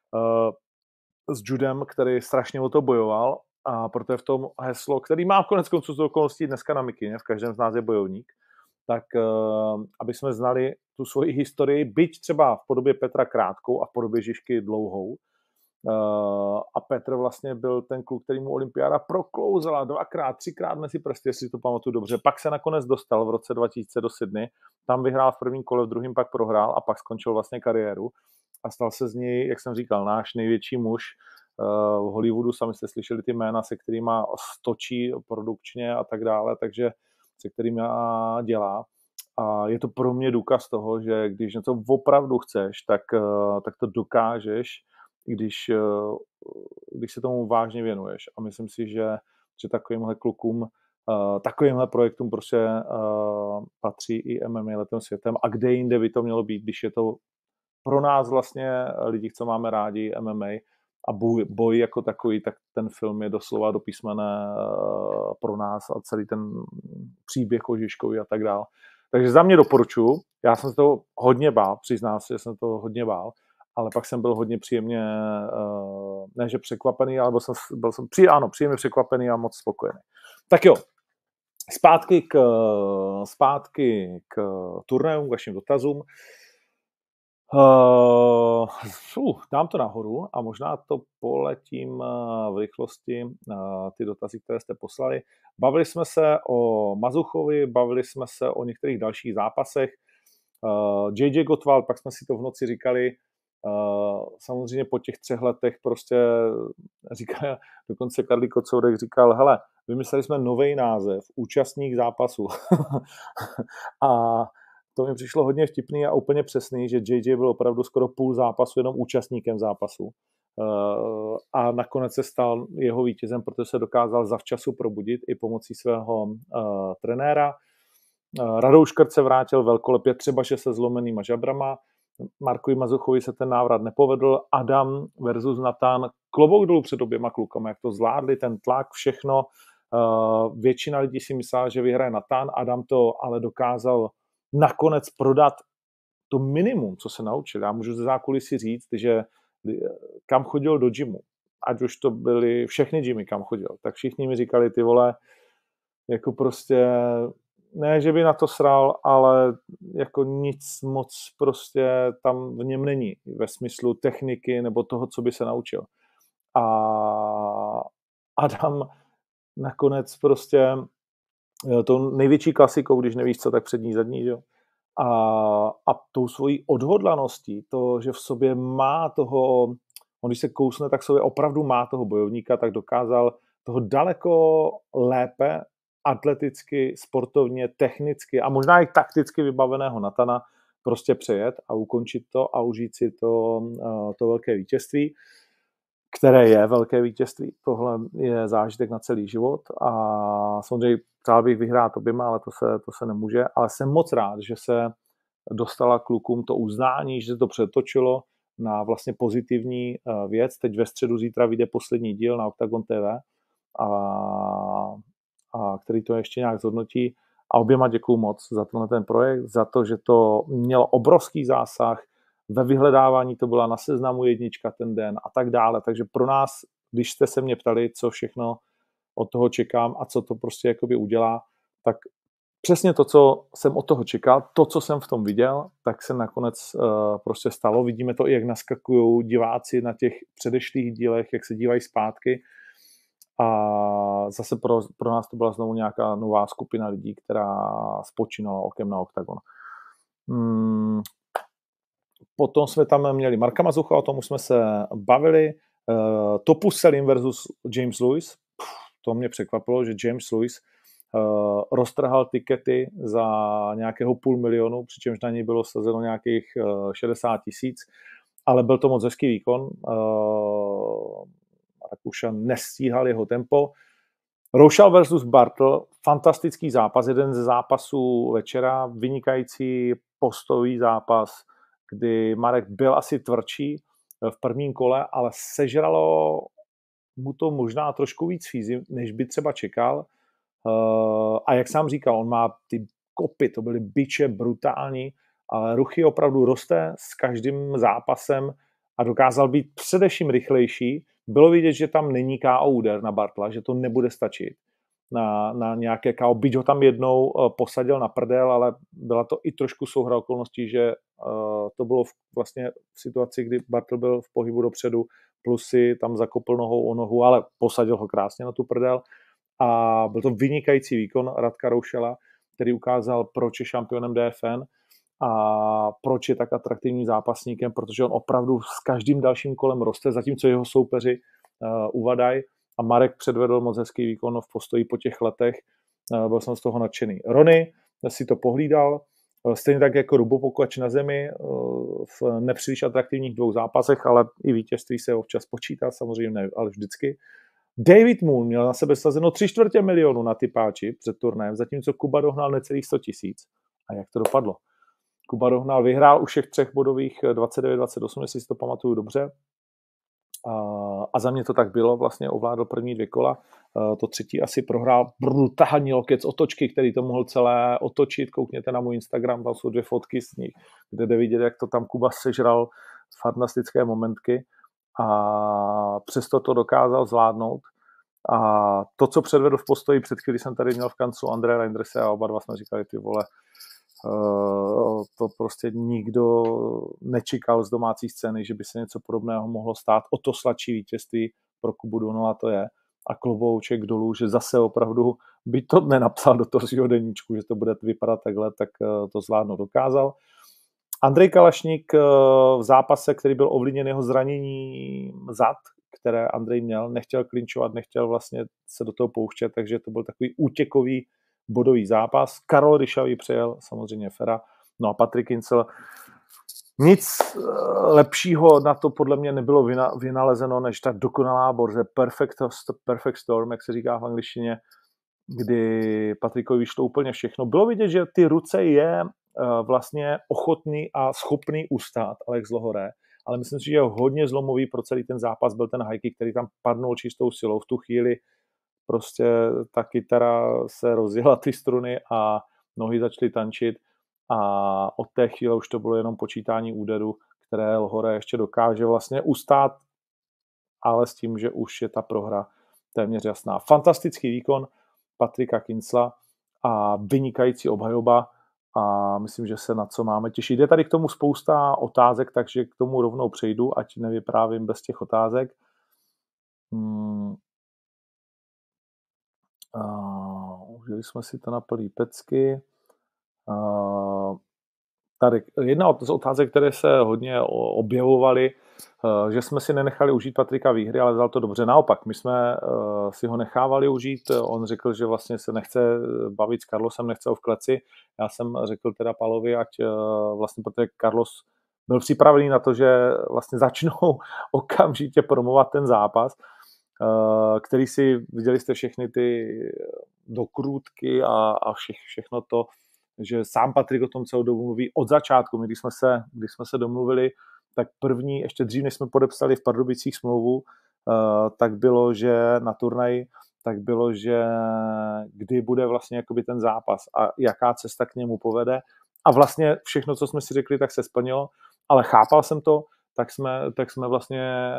s judem, který strašně o to bojoval, a proto je v tom heslo, který má konec konců z okolností dneska na mikině, v každém z nás je bojovník, tak aby jsme znali tu svoji historii, byť třeba v podobě Petra krátkou a v podobě Žižky dlouhou. A Petr vlastně byl ten kluk, který mu olympiáda proklouzala 2x, 3x mezi prsty, jestli to pamatuju dobře. Pak se nakonec dostal v roce 2000 do Sydney, tam vyhrál v prvním kole, v druhém pak prohrál a pak skončil vlastně kariéru a stal se z něj, jak jsem říkal, náš největší muž v Hollywoodu. Sami jste slyšeli ty jména, se kterými stočí produkčně a tak dále, takže se kterými dělá. A je to pro mě důkaz toho, že když něco opravdu chceš, tak to dokážeš, když se tomu vážně věnuješ. A myslím si, že takovýmhle klukům, takovýmhle projektům prostě patří i MMA letem světem. A kde jinde by to mělo být, když je to pro nás vlastně lidi, co máme rádi MMA a boj jako takový, tak ten film je doslova do písmene pro nás a celý ten příběh o Žižkovi a tak dále. Takže za mě doporučuji. Já jsem se to hodně bál, přiznám se, že jsem to hodně bál, ale pak jsem byl hodně příjemně, ne že překvapený, ale byl jsem příjemně překvapený a moc spokojený. Tak jo, zpátky k turnajům, k vašim dotazům. Dám to nahoru a možná to poletím v rychlosti, ty dotazy, které jste poslali. Bavili jsme se o Mazuchovi, bavili jsme se o některých dalších zápasech. JJ Gottwald, pak jsme si to v noci říkali, samozřejmě po těch 3 letech prostě říkal, dokonce Karlík Kocourek říkal, hele, vymysleli jsme nový název, účastník zápasu. A to mi přišlo hodně vtipný a úplně přesný, že JJ byl opravdu skoro půl zápasu jenom účastníkem zápasu. A nakonec se stal jeho vítězem, protože se dokázal zavčasu probudit i pomocí svého trenéra. Radou Škrt se vrátil velkolepě, třeba že se zlomenýma žabrama. Markovi Mazuchovi se ten návrat nepovedl. Adam versus Nathan, klobouk dolů před oběma klukama, jak to zvládli, ten tlak, všechno. Většina lidí si myslela, že vyhraje Nathan, Adam to ale dokázal nakonec prodat to minimum, co se naučil. Já můžu ze zákulisí říct, že kam chodil do gymu, ať už to byly všechny gymy, kam chodil, tak všichni mi říkali, ty vole, jako prostě, ne, že by na to sral, ale jako nic moc prostě tam v něm není, ve smyslu techniky nebo toho, co by se naučil. a Adam nakonec prostě to největší klasikou, když nevíš co, tak přední, zadní, jo. A tou svojí odhodlaností, to, že v sobě má toho, on když se kousne, tak v sobě opravdu má toho bojovníka, tak dokázal toho daleko lépe atleticky, sportovně, technicky a možná i takticky vybaveného Nathana prostě přejet a ukončit to a užít si to velké vítězství, které je velké vítězství. Tohle je zážitek na celý život a samozřejmě přál bych vyhrát oběma, ale to se nemůže. Ale jsem moc rád, že se dostala klukům to uznání, že se to přetočilo na vlastně pozitivní věc. Teď ve středu zítra vyjde poslední díl na Octagon TV, a který to ještě nějak zhodnotí. A oběma děkuju moc za ten projekt, za to, že to mělo obrovský zásah. Ve vyhledávání to byla na seznamu 1 ten den a tak dále. Takže pro nás, když jste se mě ptali, co všechno od toho čekám a co to prostě jakoby udělá, tak přesně to, co jsem od toho čekal, to, co jsem v tom viděl, tak se nakonec prostě stalo. Vidíme to i, jak naskakují diváci na těch předešlých dílech, jak se dívají zpátky. A zase pro nás to byla znovu nějaká nová skupina lidí, která spočínala okem na Octagon. Potom jsme tam měli Marka Mazucha, o tom už jsme se bavili. Topus Selim versus James Lewis. To mě překvapilo, že James Lewis roztrhal tikety za nějakého 500 000, přičemž na něj bylo sazeno nějakých 60 000, ale byl to moc hezký výkon. Rakušan nestíhal jeho tempo. Rochelle versus Bartle, fantastický zápas, jeden ze zápasů večera, vynikající postojový zápas, kdy Marek byl asi tvrdší v prvním kole, ale sežralo mu to možná trošku víc fízy, než by třeba čekal. A jak sám říkal, on má ty kopy, to byly biče brutální, ale Ruchy opravdu roste s každým zápasem a dokázal být především rychlejší. Bylo vidět, že tam není KO úder na Bartla, že to nebude stačit na nějaké KO. Byť ho tam jednou posadil na prdel, ale byla to i trošku souhra okolností, že to bylo vlastně v situaci, kdy Bartl byl v pohybu dopředu, plus si tam zakopl nohou o nohu, ale posadil ho krásně na tu prdel. A byl to vynikající výkon Radka Roušela, který ukázal, proč je šampionem DFN a proč je tak atraktivním zápasníkem, protože on opravdu s každým dalším kolem roste, zatímco jeho soupeři uvadají. A Marek předvedl moc hezký výkon v postoji po těch letech. Byl jsem z toho nadšený. Rony si to pohlídal, stejně tak jako Rubopokač na zemi v nepříliš atraktivních 2 zápasech, ale i vítězství se občas počítá, samozřejmě ne, ale vždycky. David Moon měl na sebe sazeno 3/4 milionu na typáči před turnajem, zatímco Kuba dohnal necelých 100 000. A jak to dopadlo? Kuba dohnal, vyhrál u všech 3 bodových 29-28, jestli si to pamatuju dobře. A za mě to tak bylo, vlastně ovládl první 2 kola. To třetí asi prohrál brutální lokec otočky, který to mohl celé otočit. Koukněte na můj Instagram, tam jsou 2 fotky z nich, kde jde vidět, jak to tam Kuba sežral fantastické momentky. A přesto to dokázal zvládnout. A to, co předvedl v postoji, před chvíli jsem tady měl v kancu Andreje Reinderse a oba dva jsme říkali, ty vole, to prostě nikdo nečekal z domácí scény, že by se něco podobného mohlo stát. O to sladší vítězství pro Kubu Donala to je. A klobouček dolů, že zase opravdu by to nenapsal do toho svého deníčku, že to bude vypadat takhle, tak to zvládnout dokázal. Andrej Kalašník v zápase, který byl ovlivněn jeho zranění zad, které Andrej měl, nechtěl klinčovat, nechtěl vlastně se do toho pouštět, takže to byl takový útěkový bodový zápas. Karol Ryšavý přejel, samozřejmě Fera, no a Patrik Kincel. Nic lepšího na to podle mě nebylo vynalezeno, než ta dokonalá borze, perfect storm, jak se říká v angličtině, kdy Patrikovi vyšlo úplně všechno. Bylo vidět, že ty ruce je vlastně ochotný a schopný ustát Alex Lohoré, ale myslím si, že je hodně zlomový pro celý ten zápas byl ten high kick, který tam padnul čistou silou. V tu chvíli prostě ta kytara se rozjela ty struny a nohy začaly tančit a od té chvíle už to bylo jenom počítání úderů, které Lohoré ještě dokáže vlastně ustát, ale s tím, že už je ta prohra téměř jasná. Fantastický výkon Patrika Kincla a vynikající obhajoba a myslím, že se na co máme těšit. Je tady k tomu spousta otázek, takže k tomu rovnou přejdu, ať nevyprávím bez těch otázek. Užili jsme si to na plný pecky. Tady jedna z otázek, které se hodně objevovaly, že jsme si nenechali užít Patrika výhry, ale vzal to dobře. Naopak, my jsme si ho nechávali užít. On řekl, že vlastně se nechce bavit s Carlosem, nechce ho v kleci. Já jsem řekl teda Palovi, ať vlastně, protože Carlos byl připravený na to, že vlastně začnou okamžitě promovat ten zápas, který si, viděli jste všechny ty dokrůtky a všechno to, že sám Patrik o tom celou dobu mluví od začátku. My, když jsme se domluvili, tak první, ještě dřív, než jsme podepsali v Pardubicích smlouvu, tak bylo, že na turnaji, tak bylo, že kdy bude vlastně jakoby ten zápas a jaká cesta k němu povede. A vlastně všechno, co jsme si řekli, tak se splnilo, ale chápal jsem to, tak jsme vlastně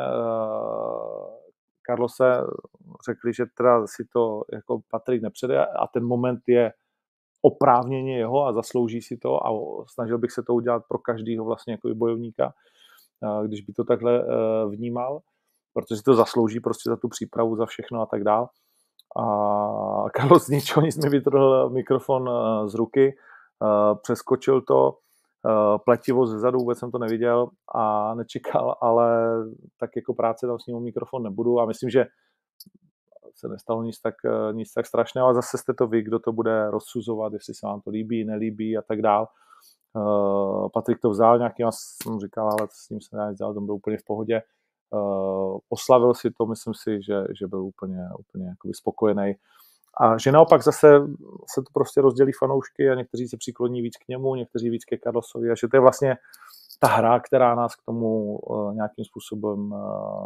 Carlose řekli, že teda si to jako Patrik nepřede a ten moment je oprávněně jeho a zaslouží si to a snažil bych se to udělat pro každého vlastně jako bojovníka, když by to takhle vnímal, protože si to zaslouží prostě za tu přípravu, za všechno a tak dál. A Carlos z ničeho nic mi vytrhl mikrofon z ruky, přeskočil to, pletivo zezadu, vůbec jsem to neviděl a nečekal, ale tak jako práce tam s ním mikrofon nebudu a myslím, že se nestalo nic tak strašného, ale zase jste to vy, kdo to bude rozsuzovat, jestli se vám to líbí, nelíbí a tak dál. Patrik to vzal, nějaký jsem říkal, ale s ním se nedá nic dělat, on byl úplně v pohodě. Oslavil si to, myslím si, že byl úplně jakoby spokojený. A že naopak zase se to prostě rozdělí fanoušky a někteří se přikloní víc k němu, někteří víc ke Carlosovi a že to je vlastně ta hra, která nás k tomu nějakým způsobem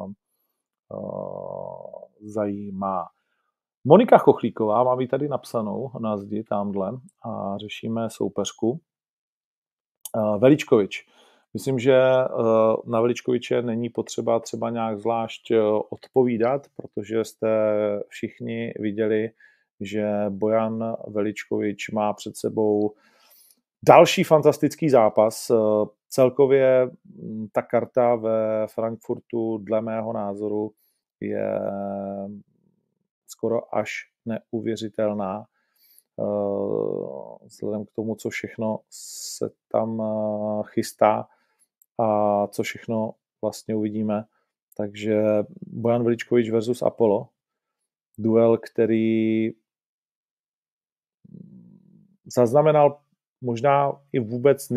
zajímá. Monika Chochlíková, mám ji tady napsanou na zdi tamhle a řešíme soupeřku. Veličkovič. Myslím, že na Veličkoviče není potřeba třeba nějak zvlášť odpovídat, protože jste všichni viděli, že Bojan Veličkovič má před sebou další fantastický zápas. Celkově ta karta ve Frankfurtu dle mého názoru je skoro až neuvěřitelná. Vzhledem k tomu, co všechno se tam chystá a co všechno vlastně uvidíme. Takže Bojan Veličkovič versus Apollo. Duel, který zaznamenal možná i vůbec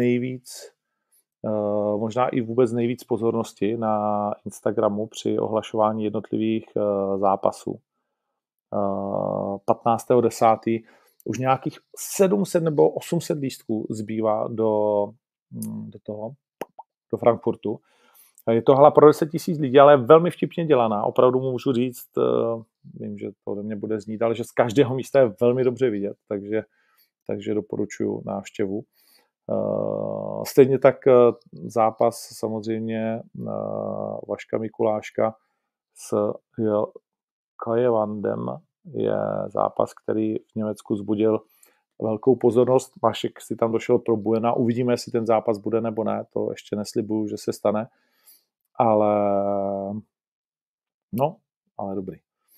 nejvíc pozornosti na Instagramu při ohlašování jednotlivých zápasů. 15.10. už nějakých 700 nebo 800 lístků zbývá do Frankfurtu. Je to hala pro 10 000 lidí, ale je velmi vtipně dělaná. Opravdu můžu říct, vím, že to ode mě bude znít, ale že z každého místa je velmi dobře vidět, takže doporučuji návštěvu. Stejně tak zápas samozřejmě Vaška Mikuláška s Kajevandem je zápas, který v Německu vzbudil velkou pozornost. Vašek si tam došel pro Buena. Uvidíme, jestli ten zápas bude nebo ne. To ještě neslibuju, že se stane. Ale dobrý.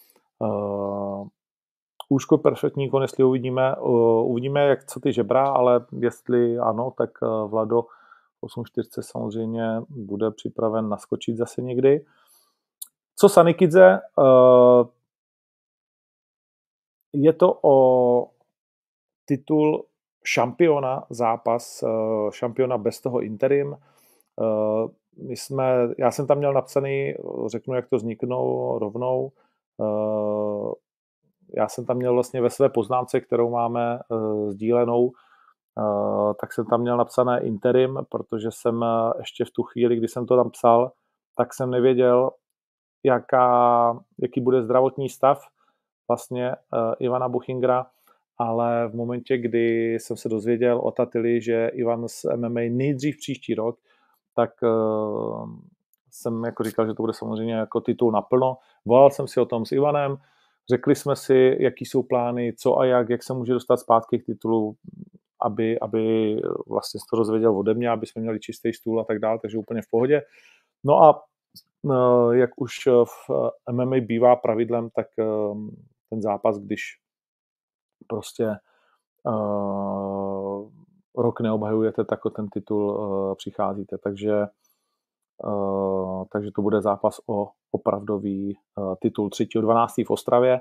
Úško perfektní kon, jestli uvidíme, co ty žebra, ale jestli ano, tak Vlado 8.4 samozřejmě bude připraven naskočit zase někdy. Co Sanikidze? Je to o titul šampiona, zápas šampiona bez toho interim. Já jsem tam měl napsaný, řeknu, jak to vzniknou rovnou. Já jsem tam měl vlastně ve své poznámce, kterou máme sdílenou, tak jsem tam měl napsané interim, protože jsem ještě v tu chvíli, kdy jsem to tam psal, tak jsem nevěděl, jaký bude zdravotní stav vlastně Ivana Buchingera, ale v momentě, kdy jsem se dozvěděl o Tatili, že Ivan z MMA nejdřív příští rok, tak jsem jako říkal, že to bude samozřejmě jako titul naplno. Volal jsem si o tom s Ivanem, řekli jsme si, jaký jsou plány, co a jak se může dostat zpátky k titulu, aby vlastně se to dozvěděl ode mě, aby jsme měli čistý stůl a tak dále, takže úplně v pohodě. No a jak už v MMA bývá pravidlem, tak ten zápas, když prostě rok neobhajujete, tak o ten titul přicházíte. Takže to bude zápas o opravdový titul 3.12. v Ostravě.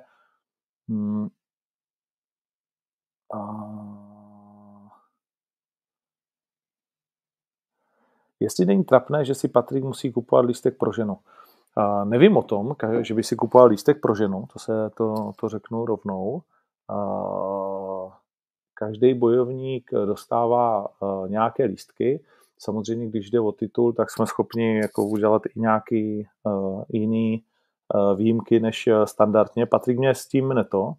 Jestli není trapné, že si Patrik musí kupovat lístek pro ženu. Nevím o tom, že by si kupoval lístek pro ženu, to řeknu rovnou. Každý bojovník dostává nějaké lístky. Samozřejmě, když jde o titul, tak jsme schopni jako udělat i nějaký jiný výjimky než standardně. Patrik mě s tím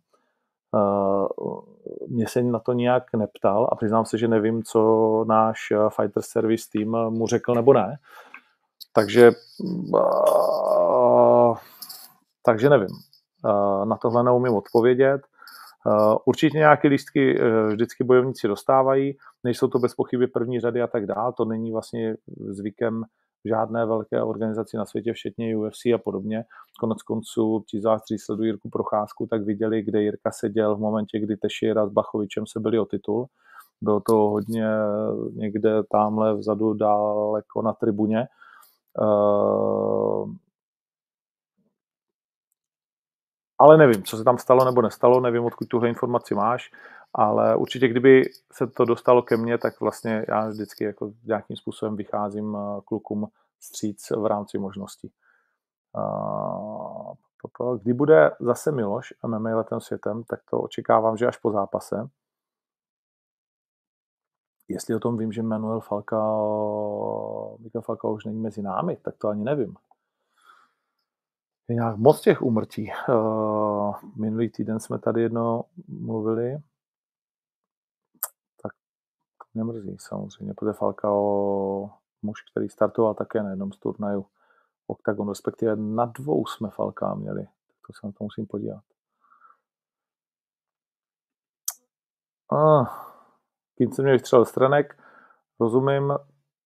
mě se na to nějak neptal a přiznám se, že nevím, co náš Fighter Service tým mu řekl nebo ne. Takže nevím. Na tohle neumím odpovědět. Určitě nějaké lístky vždycky bojovníci dostávají, nejsou to bez pochyby první řady a tak dál, to není vlastně zvykem žádné velké organizaci na světě, včetně UFC a podobně. Konec konců, ti z vás, kteří sledují Jirku Procházku, tak viděli, kde Jirka seděl v momentě, kdy Teixeira s Bachovičem se byli o titul. Bylo to hodně někde tamhle vzadu daleko na tribuně. Ale nevím, co se tam stalo nebo nestalo, nevím, odkud tuhle informaci máš, ale určitě, kdyby se to dostalo ke mně, tak vlastně já vždycky jako nějakým způsobem vycházím klukům vstříc v rámci možností. Kdy bude zase Miloš MMA letem světem, tak to očekávám, že až po zápase. Jestli o tom vím, že Miguel Falcao už není mezi námi, tak to ani nevím. Je nějak moc těch úmrtí. Minulý týden jsme tady jedno mluvili, tak to mě mrzí samozřejmě, protože Falcao, muž, který startoval také na jednom z turnajů Octagon, respektive na 2 jsme Falcao měli. To se na to musím podívat. Kým jsem měl vystřelil stranek, rozumím.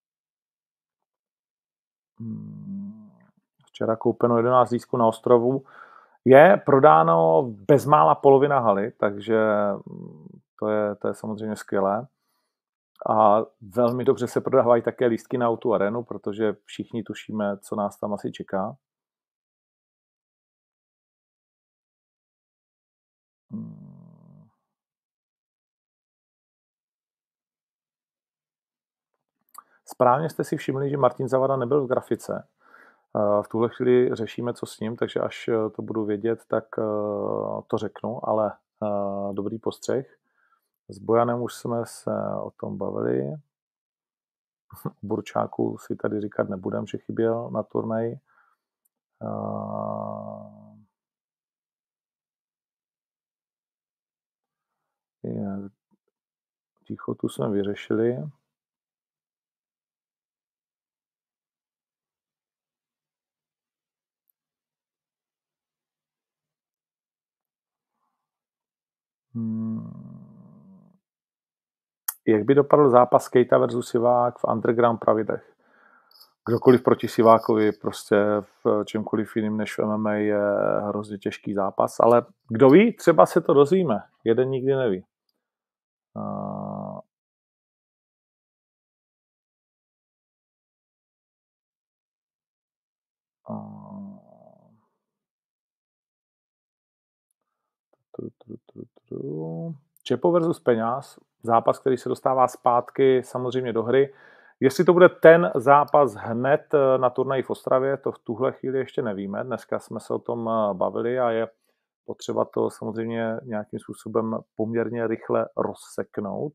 Včera koupeno 11 lístků na Ostrovu. Je prodáno bezmála polovina haly, takže to je samozřejmě skvělé. A velmi dobře se prodávají také lístky na O2 Arenu, protože všichni tušíme, co nás tam asi čeká. Správně jste si všimli, že Martin Zavada nebyl v grafice. V tuhle chvíli řešíme, co s ním, takže až to budu vědět, tak to řeknu, ale dobrý postřeh. S Bojanem už jsme se o tom bavili. O Burčáku si tady říkat nebudem, že chyběl na turnaji. Tichotu jsme vyřešili. Jak by dopadl zápas Kejta versus Sivák v underground pravidlech? Kdokoliv proti Sivákovi prostě v čemkoliv jiným než v MMA je hrozně těžký zápas, ale kdo ví, třeba se to dozvíme. Jeden nikdy neví. Čepo versus Peňáz, zápas, který se dostává zpátky samozřejmě do hry. Jestli to bude ten zápas hned na turnaji v Ostravě, to v tuhle chvíli ještě nevíme. Dneska jsme se o tom bavili a je potřeba to samozřejmě nějakým způsobem poměrně rychle rozseknout.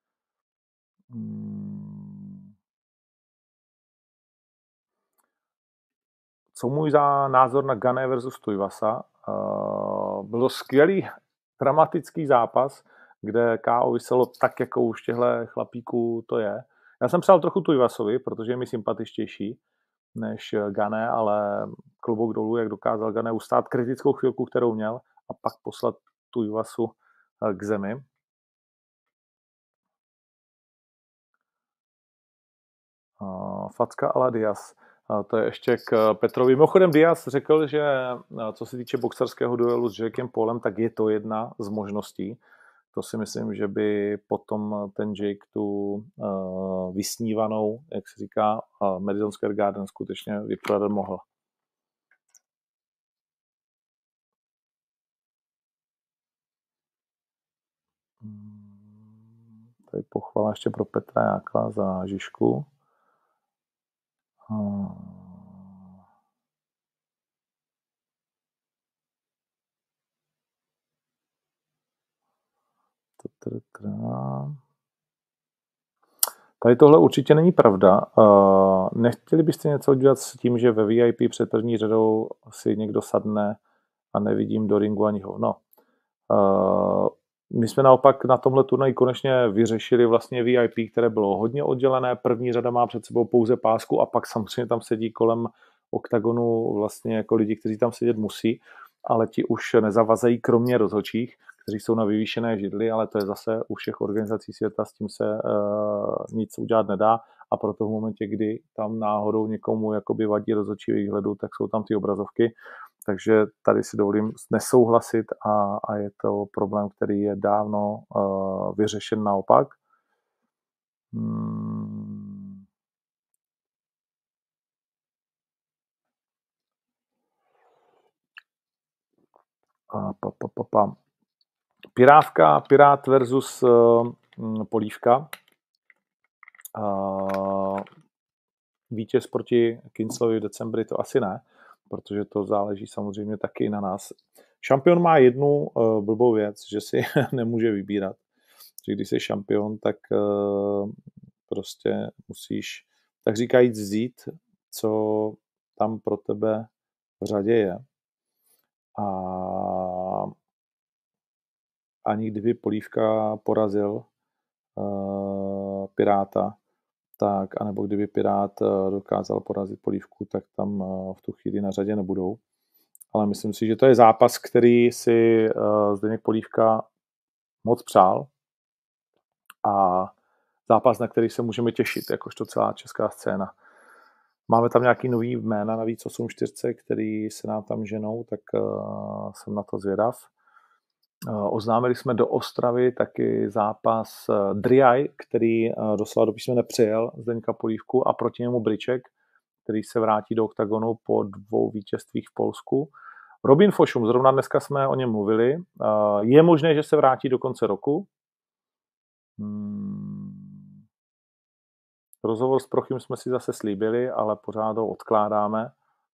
Co můj názor na Gane versus Tuivasa? Byl to skvělý dramatický zápas, kde KO vyselo tak, jako už těchto chlapíků to je. Já jsem psal trochu Tuivasovi, protože je mi sympatičtější než Gane, ale klobouk dolů, jak dokázal Gane ustát kritickou chvilku, kterou měl, a pak poslat Tuivasu k zemi. Facka Aladias. To je ještě k Petrovi. Mimochodem Diaz řekl, že co se týče boxerského duelu s Jakem Paulem, tak je to jedna z možností. To si myslím, že by potom ten Jake tu vysnívanou, jak se říká, Madison Square Garden skutečně vyprodat mohl. Tady pochvala ještě pro Petra Jákla za Žižku. Tady tohle určitě není pravda. Nechtěli byste něco udělat s tím, že ve VIP před první řadou si někdo sadne a nevidím do ringu ani ho? No. My jsme naopak na tomhle turnaji konečně vyřešili vlastně VIP, které bylo hodně oddělené. První řada má před sebou pouze pásku a pak samozřejmě tam sedí kolem oktagonu vlastně jako lidi, kteří tam sedět musí, ale ti už nezavazejí kromě rozhodčích, kteří jsou na vyvýšené židli, ale to je zase u všech organizací světa, s tím se nic udělat nedá a proto v momentě, kdy tam náhodou někomu jakoby vadí rozhodčí výhledu, tak jsou tam ty obrazovky. Takže tady si dovolím nesouhlasit a je to problém, který je dávno vyřešen naopak. Pirát versus Polívka. Vítěz proti Kinslovi v decembri to asi ne, protože to záleží samozřejmě taky na nás. Šampion má jednu blbou věc, že si nemůže vybírat. Že když jsi šampion, tak prostě musíš, tak říkajíc, vzít, co tam pro tebe v řadě je. A ani kdyby Polívka porazil Piráta, tak, anebo kdyby Pirát dokázal porazit Polívku, tak tam v tu chvíli na řadě nebudou. Ale myslím si, že to je zápas, který si Zdeněk Polívka moc přál a zápas, na který se můžeme těšit, jakožto celá česká scéna. Máme tam nějaký nový jména, navíc 8-4, který se nám tam ženou, tak jsem na to zvědav. Oznámili jsme do Ostravy taky zápas Driaj, který doslova do písmene nepřijel Zdeňka Polívku a proti němu Briček, který se vrátí do oktagonu po 2 vítězstvích v Polsku. Robin Fošum, zrovna dneska jsme o něm mluvili. Je možné, že se vrátí do konce roku. Rozhovor s Prochym jsme si zase slíbili, ale pořád ho odkládáme.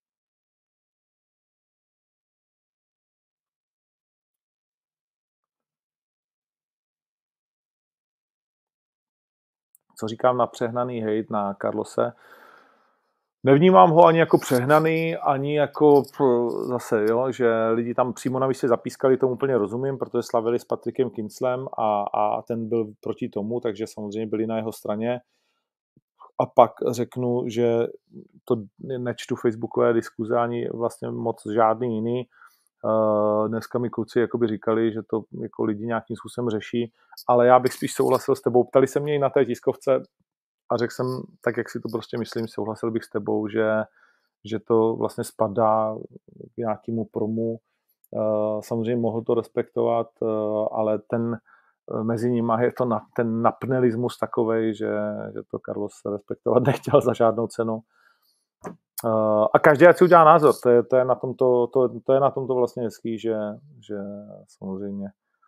Co říkám na přehnaný hejt na Carlose? Nevnímám ho ani jako přehnaný, ani jako zase, jo, že lidi tam přímo na výše zapískali, tomu úplně rozumím, protože slavili s Patrickem Kinslem a ten byl proti tomu, takže samozřejmě byli na jeho straně. A pak řeknu, že to nečtu facebookové diskuze ani vlastně moc žádný jiný. Dneska mi kluci jakoby říkali, že to jako lidi nějakým způsobem řeší, ale já bych spíš souhlasil s tebou. Ptali se mě i na té tiskovce a řekl jsem, tak jak si to prostě myslím, souhlasil bych s tebou, že to vlastně spadá k nějakému promu. Samozřejmě mohl to respektovat, ale ten mezi nimi je to ten napnelismus takovej, že to Carlos respektovat nechtěl za žádnou cenu. A každý ať si udělá názor, to je na tomto vlastně hezký, že samozřejmě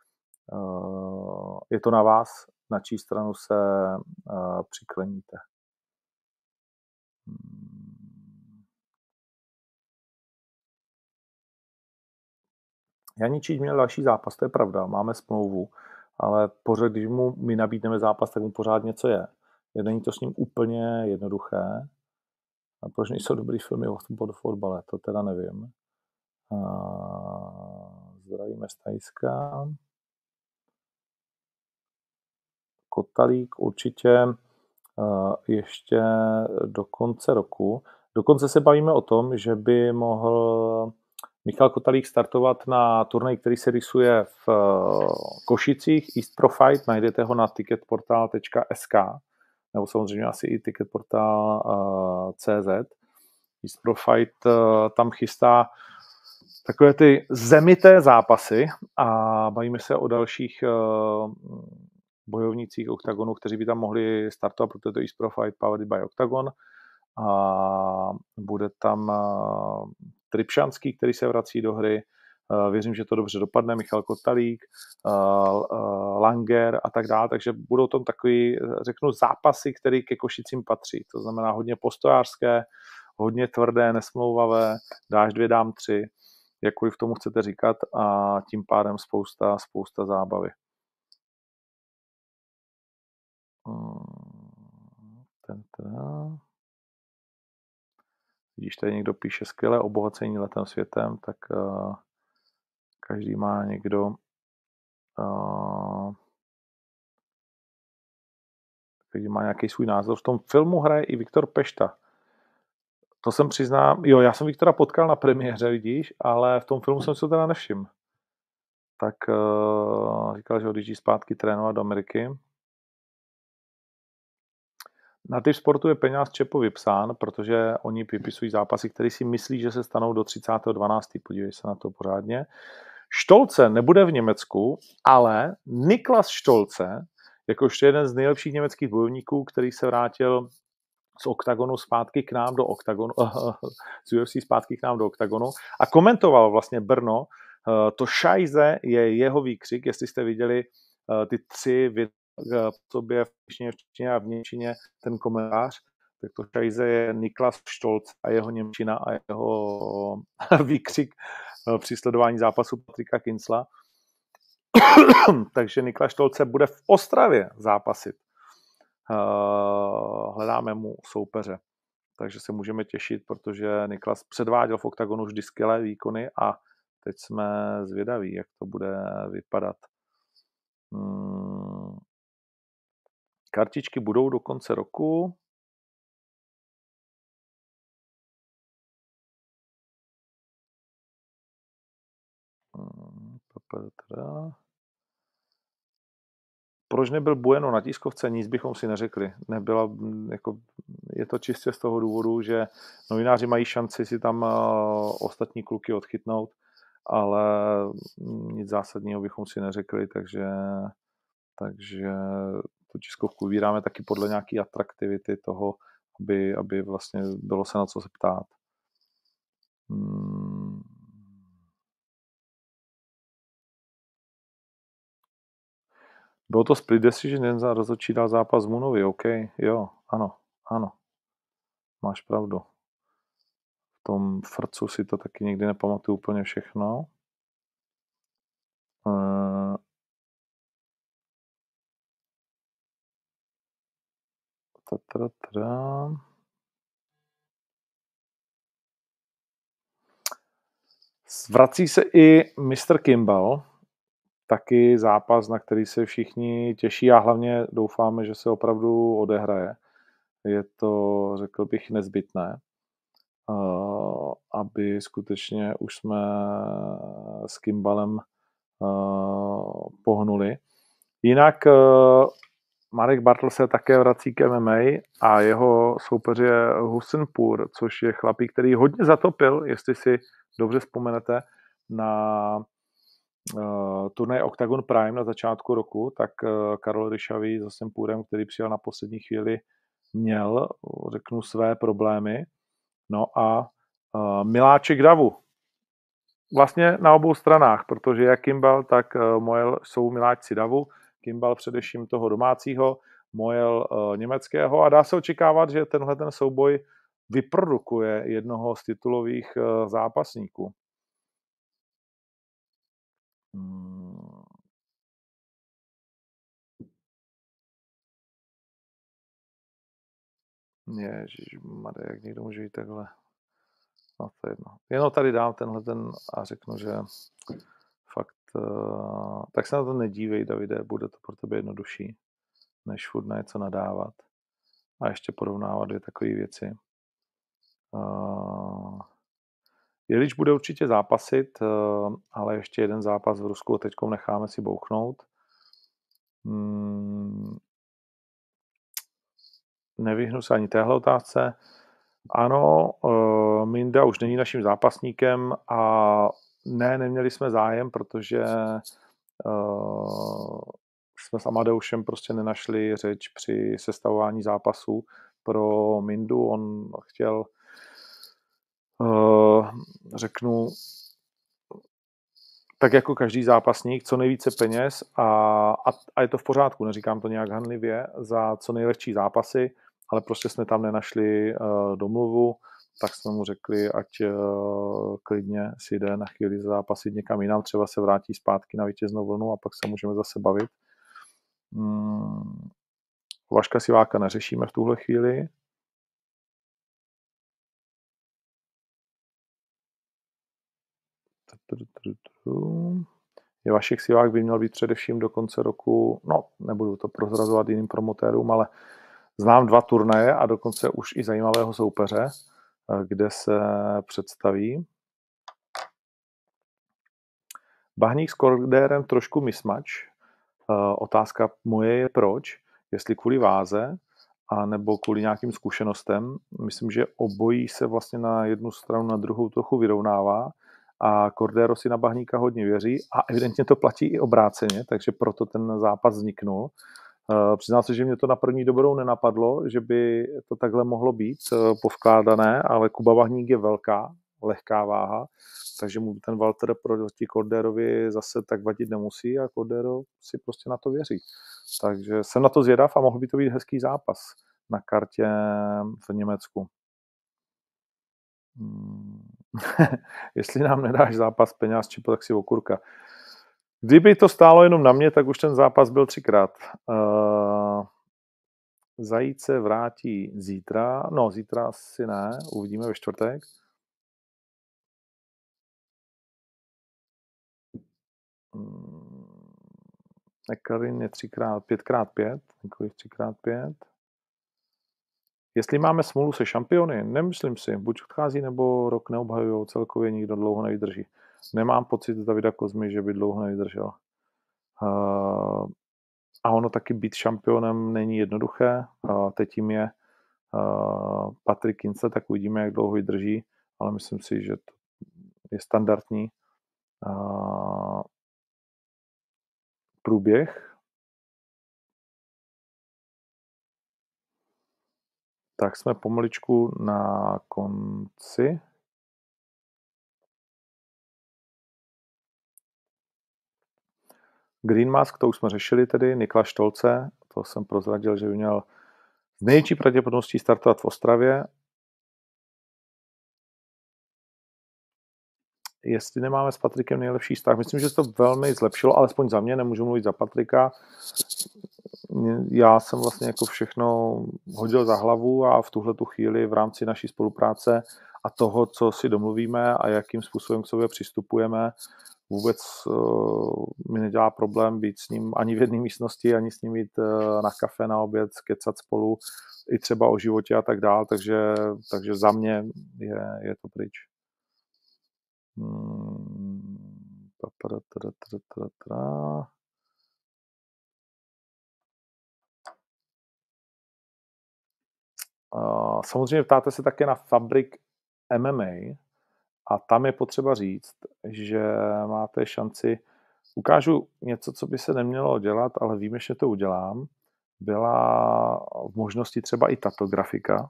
je to na vás, na čí stranu se přikleníte. Janičík měl další zápas, to je pravda, máme smlouvu, ale pořád, když my nabídneme zápas, tak mu pořád něco je. Není to s ním úplně jednoduché. A proč nejsou dobrý filmy o fotbale, to teda nevím. Zdravíme z Tajska. Kotalík určitě ještě do konce roku. Dokonce se bavíme o tom, že by mohl Michal Kotalík startovat na turnaj, který se rysuje v Košicích, East Pro Fight, najdete ho na ticketportal.sk nebo samozřejmě asi i ticketportal.cz. East Pro Fight tam chystá takové ty zemité zápasy a bavíme se o dalších bojovnících Octagonu, kteří by tam mohli startovat, protože to je East Pro Fight powered by Octagon. A bude tam Tripšanský, který se vrací do hry. Věřím, že to dobře dopadne, Michal Kotalík, Langer a tak dále, takže budou tam takový, řeknu, zápasy, které ke Košicím patří. To znamená hodně postojářské, hodně tvrdé, nesmlouvavé, dáš 2, dám 3, jakkoliv tomu chcete říkat, a tím pádem spousta zábavy. Když tady někdo píše skvělé obohacení letem světem, tak každý má někdo každý má nějaký svůj názor. V tom filmu hraje i Viktor Pešta. To jsem přiznám, já jsem Viktora potkal na premiéře, vidíš, ale v tom filmu jsem se teda nevšiml. Tak říkal, že odjíždí zpátky trénovat do Ameriky. Na Typ Sportu je Peňáz Čepo vypsán, protože oni vypisují zápasy, které si myslí, že se stanou do 30.12. Podívej se na to pořádně. Štolce nebude v Německu, ale Niklas Štolce, jakožto jeden z nejlepších německých bojovníků, který se vrátil z Octagonu zpátky k nám do Octagonu, z UFC zpátky k nám do Octagonu a komentoval vlastně Brno. To Scheiße je jeho výkřik, jestli jste viděli ty 3 v sobě v češtině a v němčině ten komentář, tak to Scheiße je Niklas Štolc a jeho němčina a jeho výkřik při sledování zápasu Patrika Kincla. Takže Niklas Štolce bude v Ostravě zápasit. Hledáme mu soupeře. Takže se můžeme těšit, protože Niklas předváděl v Octagonu vždy skvělé výkony a teď jsme zvědaví, jak to bude vypadat. Kartičky budou do konce roku. Proč nebyl Bueno na tiskovce, nic bychom si neřekli. Nebyla, jako, je to čistě z toho důvodu, že novináři mají šanci si tam ostatní kluky odchytnout, ale nic zásadního bychom si neřekli, takže tu tiskovku vybíráme taky podle nějaké atraktivity toho, aby vlastně bylo se na co se ptát. Bylo to split decision, jen za rozhodčí dal zápas Munovi, OK, jo, ano, máš pravdu. V tom frcu si to taky nikdy nepamatuju úplně všechno. Vrací se i Mr. Kimball, taky zápas, na který se všichni těší a hlavně doufáme, že se opravdu odehraje. Je to, řekl bych, nezbytné, aby skutečně už jsme s Kimballem pohnuli. Jinak Marek Bartl se také vrací k MMA a jeho soupeř je Husenpur, což je chlapík, který hodně zatopil, jestli si dobře vzpomenete, na turnaj Octagon Prime na začátku roku, tak Karol Ryšavý s Husenpurem, který přijel na poslední chvíli, měl, řeknu, své problémy. No a miláček davu. Vlastně na obou stranách, protože jak Kimball, tak Moel jsou miláčci davu. Kimball především toho domácího, Moel německého a dá se očekávat, že tenhle ten souboj vyprodukuje jednoho z titulových zápasníků. Ježišmarja, jak někdo může jít takhle. No to je jedno. Jenom tady dám tenhle ten a řeknu, že fakt, tak se na to nedívej, Davide, bude to pro tebe jednodušší, než furt na něco nadávat a ještě porovnávat 2 takové věci. Jelič bude určitě zápasit, ale ještě jeden zápas v Rusku teďkom necháme si bouchnout. Nevyhnu se ani téhle otázce. Ano, Minda už není naším zápasníkem a neměli jsme zájem, protože jsme s Amadeušem prostě nenašli řeč při sestavování zápasů pro Mindu. On chtěl, řeknu, tak jako každý zápasník, co nejvíce peněz a je to v pořádku, neříkám to nějak hanlivě, za co nejlehčí zápasy, ale prostě jsme tam nenašli domluvu, tak jsme mu řekli, ať klidně si jde na chvíli zápasit někam jinam, třeba se vrátí zpátky na vítěznou vlnu a pak se můžeme zase bavit. Vaška Siváka neřešíme v tuhle chvíli. Vašek Sivák by měl být především do konce roku, no nebudu to prozrazovat jiným promotérům, ale znám 2 turnaje a dokonce už i zajímavého soupeře, kde se představí. Bahník s Cordérem trošku mismatch. Otázka moje je proč, jestli kvůli váze, a nebo kvůli nějakým zkušenostem. Myslím, že obojí se vlastně na jednu stranu, na druhou trochu vyrovnává a Cordero si na Bahníka hodně věří a evidentně to platí i obráceně, takže proto ten zápas vzniknul. Přiznám se, že mě to na první dobrou nenapadlo, že by to takhle mohlo být povkládané, ale Kuba Bahník je lehká váha, takže mu ten Walter proti Corderovi zase tak vadit nemusí a Cordero si prostě na to věří. Takže jsem na to zvědav a mohl by to být hezký zápas na kartě v Německu. Jestli nám nedáš zápas peněz, či tak si okurka. Kdyby to stálo jenom na mě, tak už ten zápas byl 3krát. Zajíc se vrátí zítra. No, zítra asi ne, uvidíme ve čtvrtek. Karin je 5x5, nikoliv 3x5. Jestli máme smůlu se šampiony, nemyslím si. Buď odchází, nebo rok neobhajují, celkově nikdo dlouho nevydrží. Nemám pocit z Davida Kozmy, že by dlouho nevydržel. A ono taky být šampionem není jednoduché. Teď jim je Patrik Kince, tak uvidíme, jak dlouho vydrží, ale myslím si, že to je standardní průběh. Tak jsme pomaličku na konci. Green Mask, to už jsme řešili tedy, Niklas Štolce, to jsem prozradil, že by měl s největší pravděpodobností startovat v Ostravě. Jestli nemáme s Patrikem nejlepší vztah, myslím, že se to velmi zlepšilo, alespoň za mě, nemůžu mluvit za Patrika. Já jsem vlastně jako všechno hodil za hlavu a v tuhletu chvíli v rámci naší spolupráce a toho, co si domluvíme a jakým způsobem k sobě přistupujeme, vůbec mi nedělá problém být s ním ani v jedné místnosti, ani s ním jít na kafe, na oběd, kecat spolu, i třeba o životě a tak dál, takže za mě je to pryč. Samozřejmě ptáte se také na Fabrik MMA a tam je potřeba říct, že máte šanci. Ukážu něco, co by se nemělo dělat, ale výjimečně to udělám. Byla v možnosti třeba i tato grafika.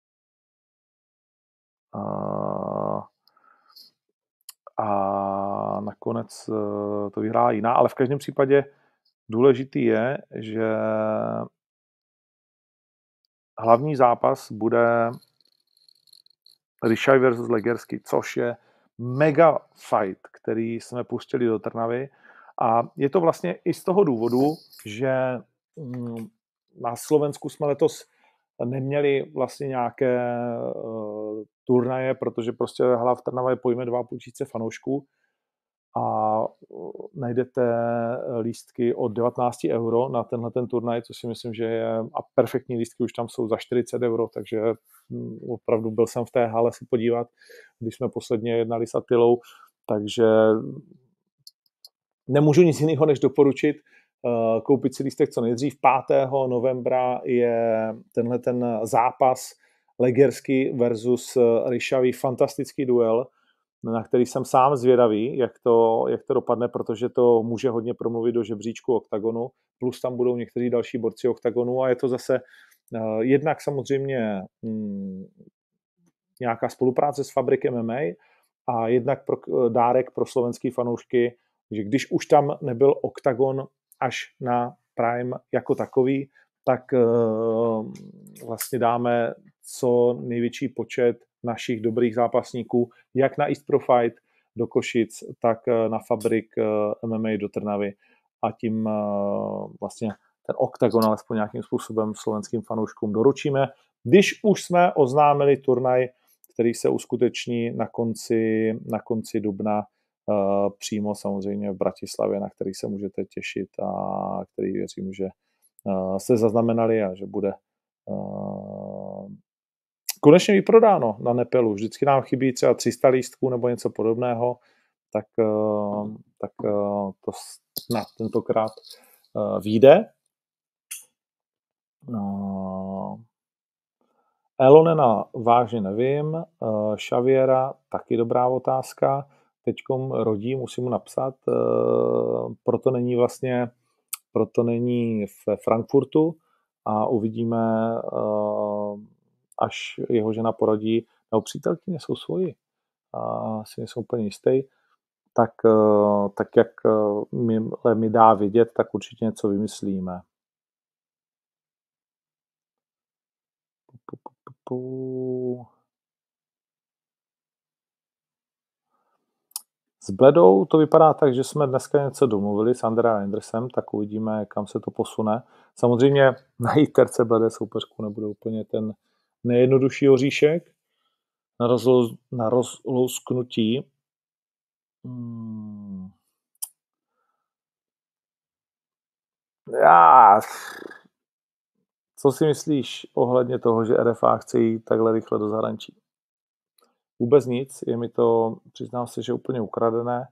A nakonec to vyhrála jiná, ale v každém případě důležitý je, že hlavní zápas bude Ryšaj versus Legersky, což je mega fight, který jsme pustili do Trnavy. A je to vlastně i z toho důvodu, že na Slovensku jsme letos neměli vlastně nějaké turnaje, protože prostě hala v Trnavě pojme 2,5 tisíce fanoušků a najdete lístky od 19 € na tenhle ten turnaj, co si myslím, že je, a perfektní lístky už tam jsou za 40 €, takže opravdu byl jsem v té hale se podívat, když jsme posledně jednali s Attilou, takže nemůžu nic jiného, než doporučit koupit si lístek co nejdřív. 5. novembra je tenhle ten zápas Legersky versus Ryšavý, fantastický duel, na který jsem sám zvědavý, jak to dopadne, protože to může hodně promluvit do žebříčku oktagonu, plus tam budou někteří další borci oktagonu a je to zase jednak samozřejmě nějaká spolupráce s Fabrik MMA a jednak dárek pro slovenský fanoušky, že když už tam nebyl oktagon až na Prime jako takový, tak vlastně dáme co největší počet našich dobrých zápasníků, jak na East Pro Fight do Košic, tak na Fabrik MMA do Trnavy a tím vlastně ten oktagon alespoň nějakým způsobem slovenským fanouškům doručíme. Když už jsme oznámili turnaj, který se uskuteční na konci dubna přímo samozřejmě v Bratislavě, na který se můžete těšit a který věřím, že jste zaznamenali a že bude konečně vyprodáno na Nepelu. Vždycky nám chybí třeba 300 lístků nebo něco podobného, tak to snad tentokrát vyjde. Elonena vážně nevím, Xaviera taky dobrá otázka, teďkom rodí, musím mu napsat, proto není v Frankfurtu a uvidíme, až jeho žena porodí, nebo přítelkyně jsou svoji, si nejsem úplně jistý, tak jak mi dá vidět, tak určitě něco vymyslíme. S Bledou to vypadá tak, že jsme dneska něco domluvili s Andrea Andersem, tak uvidíme, kam se to posune. Samozřejmě najít terce Bledé soupeřku nebude úplně ten nejjednodušší oříšek na rozlousknutí. Co si myslíš ohledně toho, že RFA chce jít takhle rychle do zahraničí? Vůbec nic, je mi to, přiznám se, že úplně ukradené.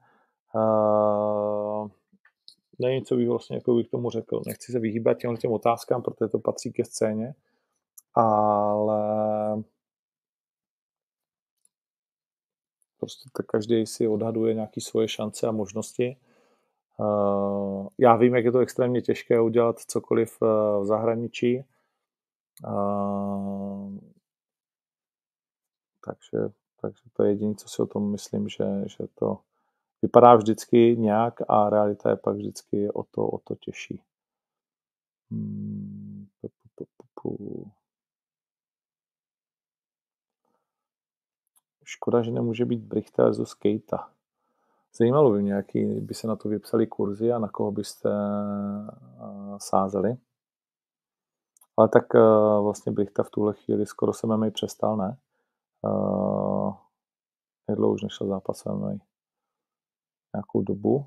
Není co bych vlastně, jako bych tomu řekl. Nechci se vyhýbat těm otázkám, protože to patří ke scéně, ale prostě tak každý si odhaduje nějaké svoje šance a možnosti. Já vím, jak je to extrémně těžké udělat cokoliv v zahraničí. Takže to je jediné, co si o tom myslím, že to vypadá vždycky nějak a realita je pak vždycky o to těžší. Škoda, že nemůže být Brichta versus Keita. Zajímalo by mě, jaký by se na to vypsali kurzy a na koho byste sázeli. Ale tak vlastně Brichta v tuhle chvíli skoro se MMA přestal, ne? Jedlo už nešel zápas MMA nějakou dobu.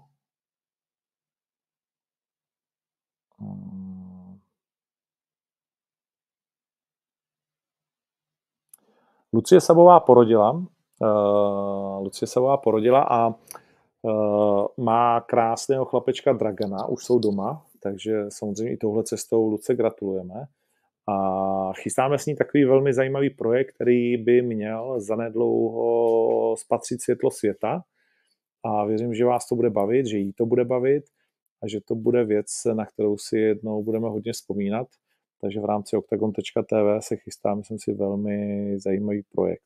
Lucie Sabová porodila a má krásného chlapečka Dragana, už jsou doma, takže samozřejmě i touhle cestou Luce gratulujeme. A chystáme s ní takový velmi zajímavý projekt, který by měl zanedlouho spatřit světlo světa. A věřím, že vás to bude bavit, že jí to bude bavit a že to bude věc, na kterou si jednou budeme hodně vzpomínat. Takže v rámci Octagon.tv se chystá, myslím si, velmi zajímavý projekt.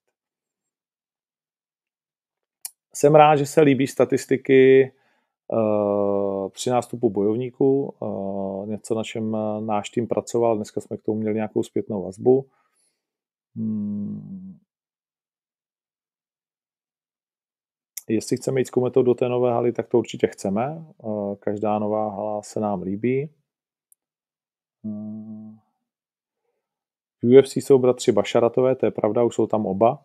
Jsem rád, že se líbí statistiky při nástupu bojovníků. Něco, na čem náš tým pracoval. Dneska jsme k tomu měli nějakou zpětnou vazbu. Jestli chceme jít s Kometou do té nové haly, tak to určitě chceme. Každá nová hala se nám líbí. V UFC jsou bratři Bašaratové, to je pravda, už jsou tam oba.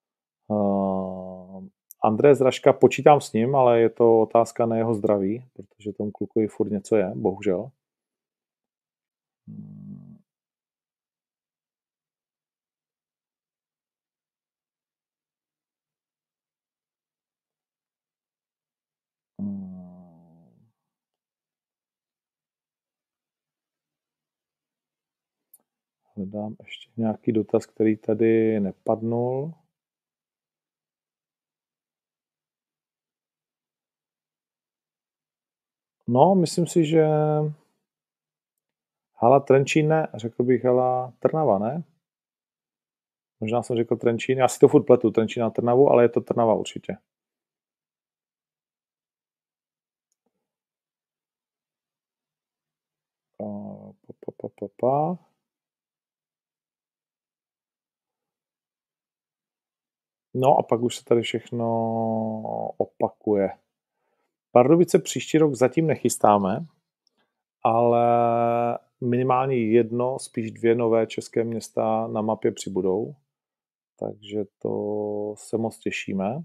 André Zraška, počítám s ním, ale je to otázka na jeho zdraví, protože tomu klukovi furt něco je, bohužel. Hledám ještě nějaký dotaz, který tady nepadnul. No, myslím si, že hala Trenčín ne, řekl bych hala Trnava, ne? Možná jsem řekl Trenčín, já si to furt pletu, Trenčín a Trnavu, ale je to Trnava určitě. No a pak už se tady všechno opakuje. Pardubice příští rok zatím nechystáme, ale minimálně jedno, spíš 2 nové české města na mapě přibudou, takže to se moc těšíme.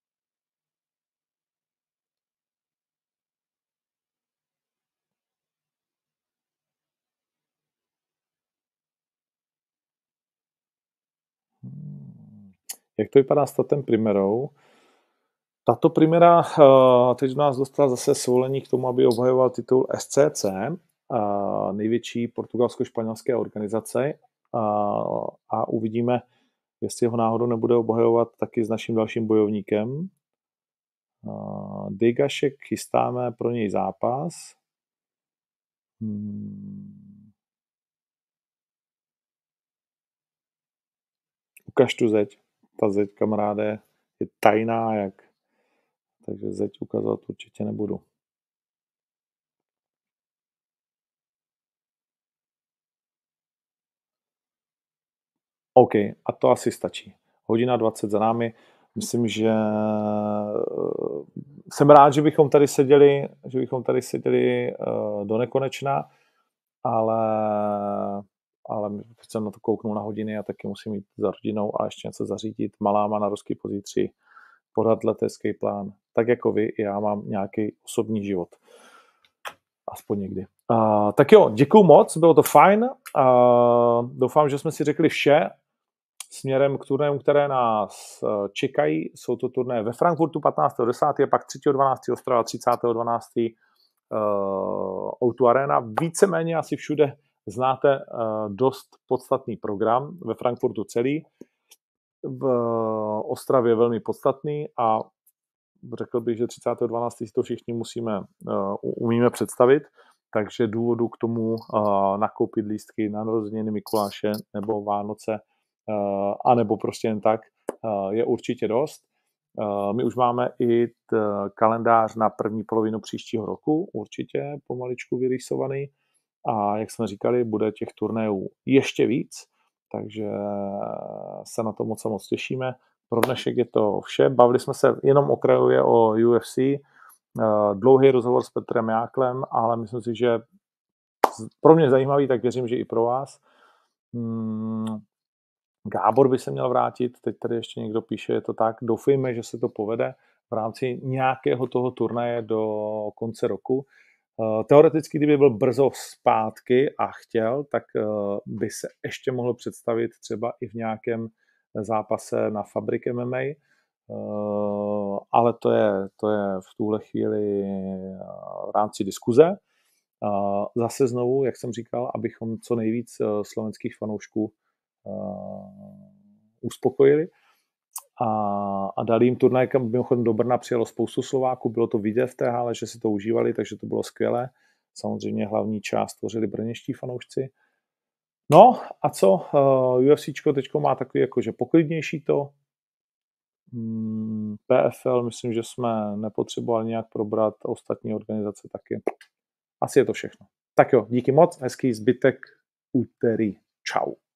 Jak to vypadá s Tatem Primerou? Tato Primera teď nás dostala zase svolení k tomu, aby obhajoval titul SCC, největší portugalsko-španělské organizace, a uvidíme, jestli ho náhodou nebude obhajovat taky s naším dalším bojovníkem. Degašek chystáme pro něj zápas. Ukaž tu zeď. Ta zeď, kamaráde, je tajná, takže zeď ukazovat určitě nebudu. OK, a to asi stačí. 1:20 za námi. Myslím, že jsem rád, že bychom tady seděli do nekonečna, ale jsem na to kouknul na hodiny a taky musím jít za rodinou a ještě něco zařídit. Malá má na ruský pozítří, podat letecký plán. Tak jako vy, já mám nějaký osobní život. Aspoň někdy. Tak jo, děkuju moc, bylo to fajn. Doufám, že jsme si řekli vše směrem k turnajům, které nás čekají. Jsou to turnaje ve Frankfurtu 15.10. a pak 3.12. Ostrava 30.12. O2 Arena. Víceméně asi všude znáte dost podstatný program. Ve Frankfurtu celý. V Ostravě velmi podstatný a řekl bych, že 30.12. si to všichni umíme představit, takže důvodu k tomu nakoupit lístky na narozeniny Mikuláše nebo Vánoce, anebo prostě jen tak, je určitě dost. My už máme i kalendář na první polovinu příštího roku, určitě pomaličku vyrýsovaný, a jak jsme říkali, bude těch turnajů ještě víc, takže se na to moc těšíme. Pro dnešek je to vše. Bavili jsme se jenom okrajově o UFC. Dlouhý rozhovor s Petrem Jáklem, ale myslím si, že pro mě zajímavý, tak věřím, že i pro vás. Gábor by se měl vrátit, teď tady ještě někdo píše, je to tak. Doufejme, že se to povede v rámci nějakého toho turnaje do konce roku. Teoreticky, kdyby byl brzo zpátky a chtěl, tak by se ještě mohl představit třeba i v nějakém zápase na Fabrik MMA, ale to je v tuhle chvíli v rámci diskuze. Zase znovu, jak jsem říkal, abychom co nejvíc slovenských fanoušků uspokojili a dali jim turnaj, kam mimochodem do Brna přijelo spoustu Slováků, bylo to vidět v té hále, že si to užívali, takže to bylo skvělé. Samozřejmě hlavní část tvořili brněnští fanoušci. No a co? UFCčko teďko má takový jakože poklidnější to. PFL, myslím, že jsme nepotřebovali nějak probrat, ostatní organizace taky. Asi je to všechno. Tak jo, díky moc, hezký zbytek úterý. Čau.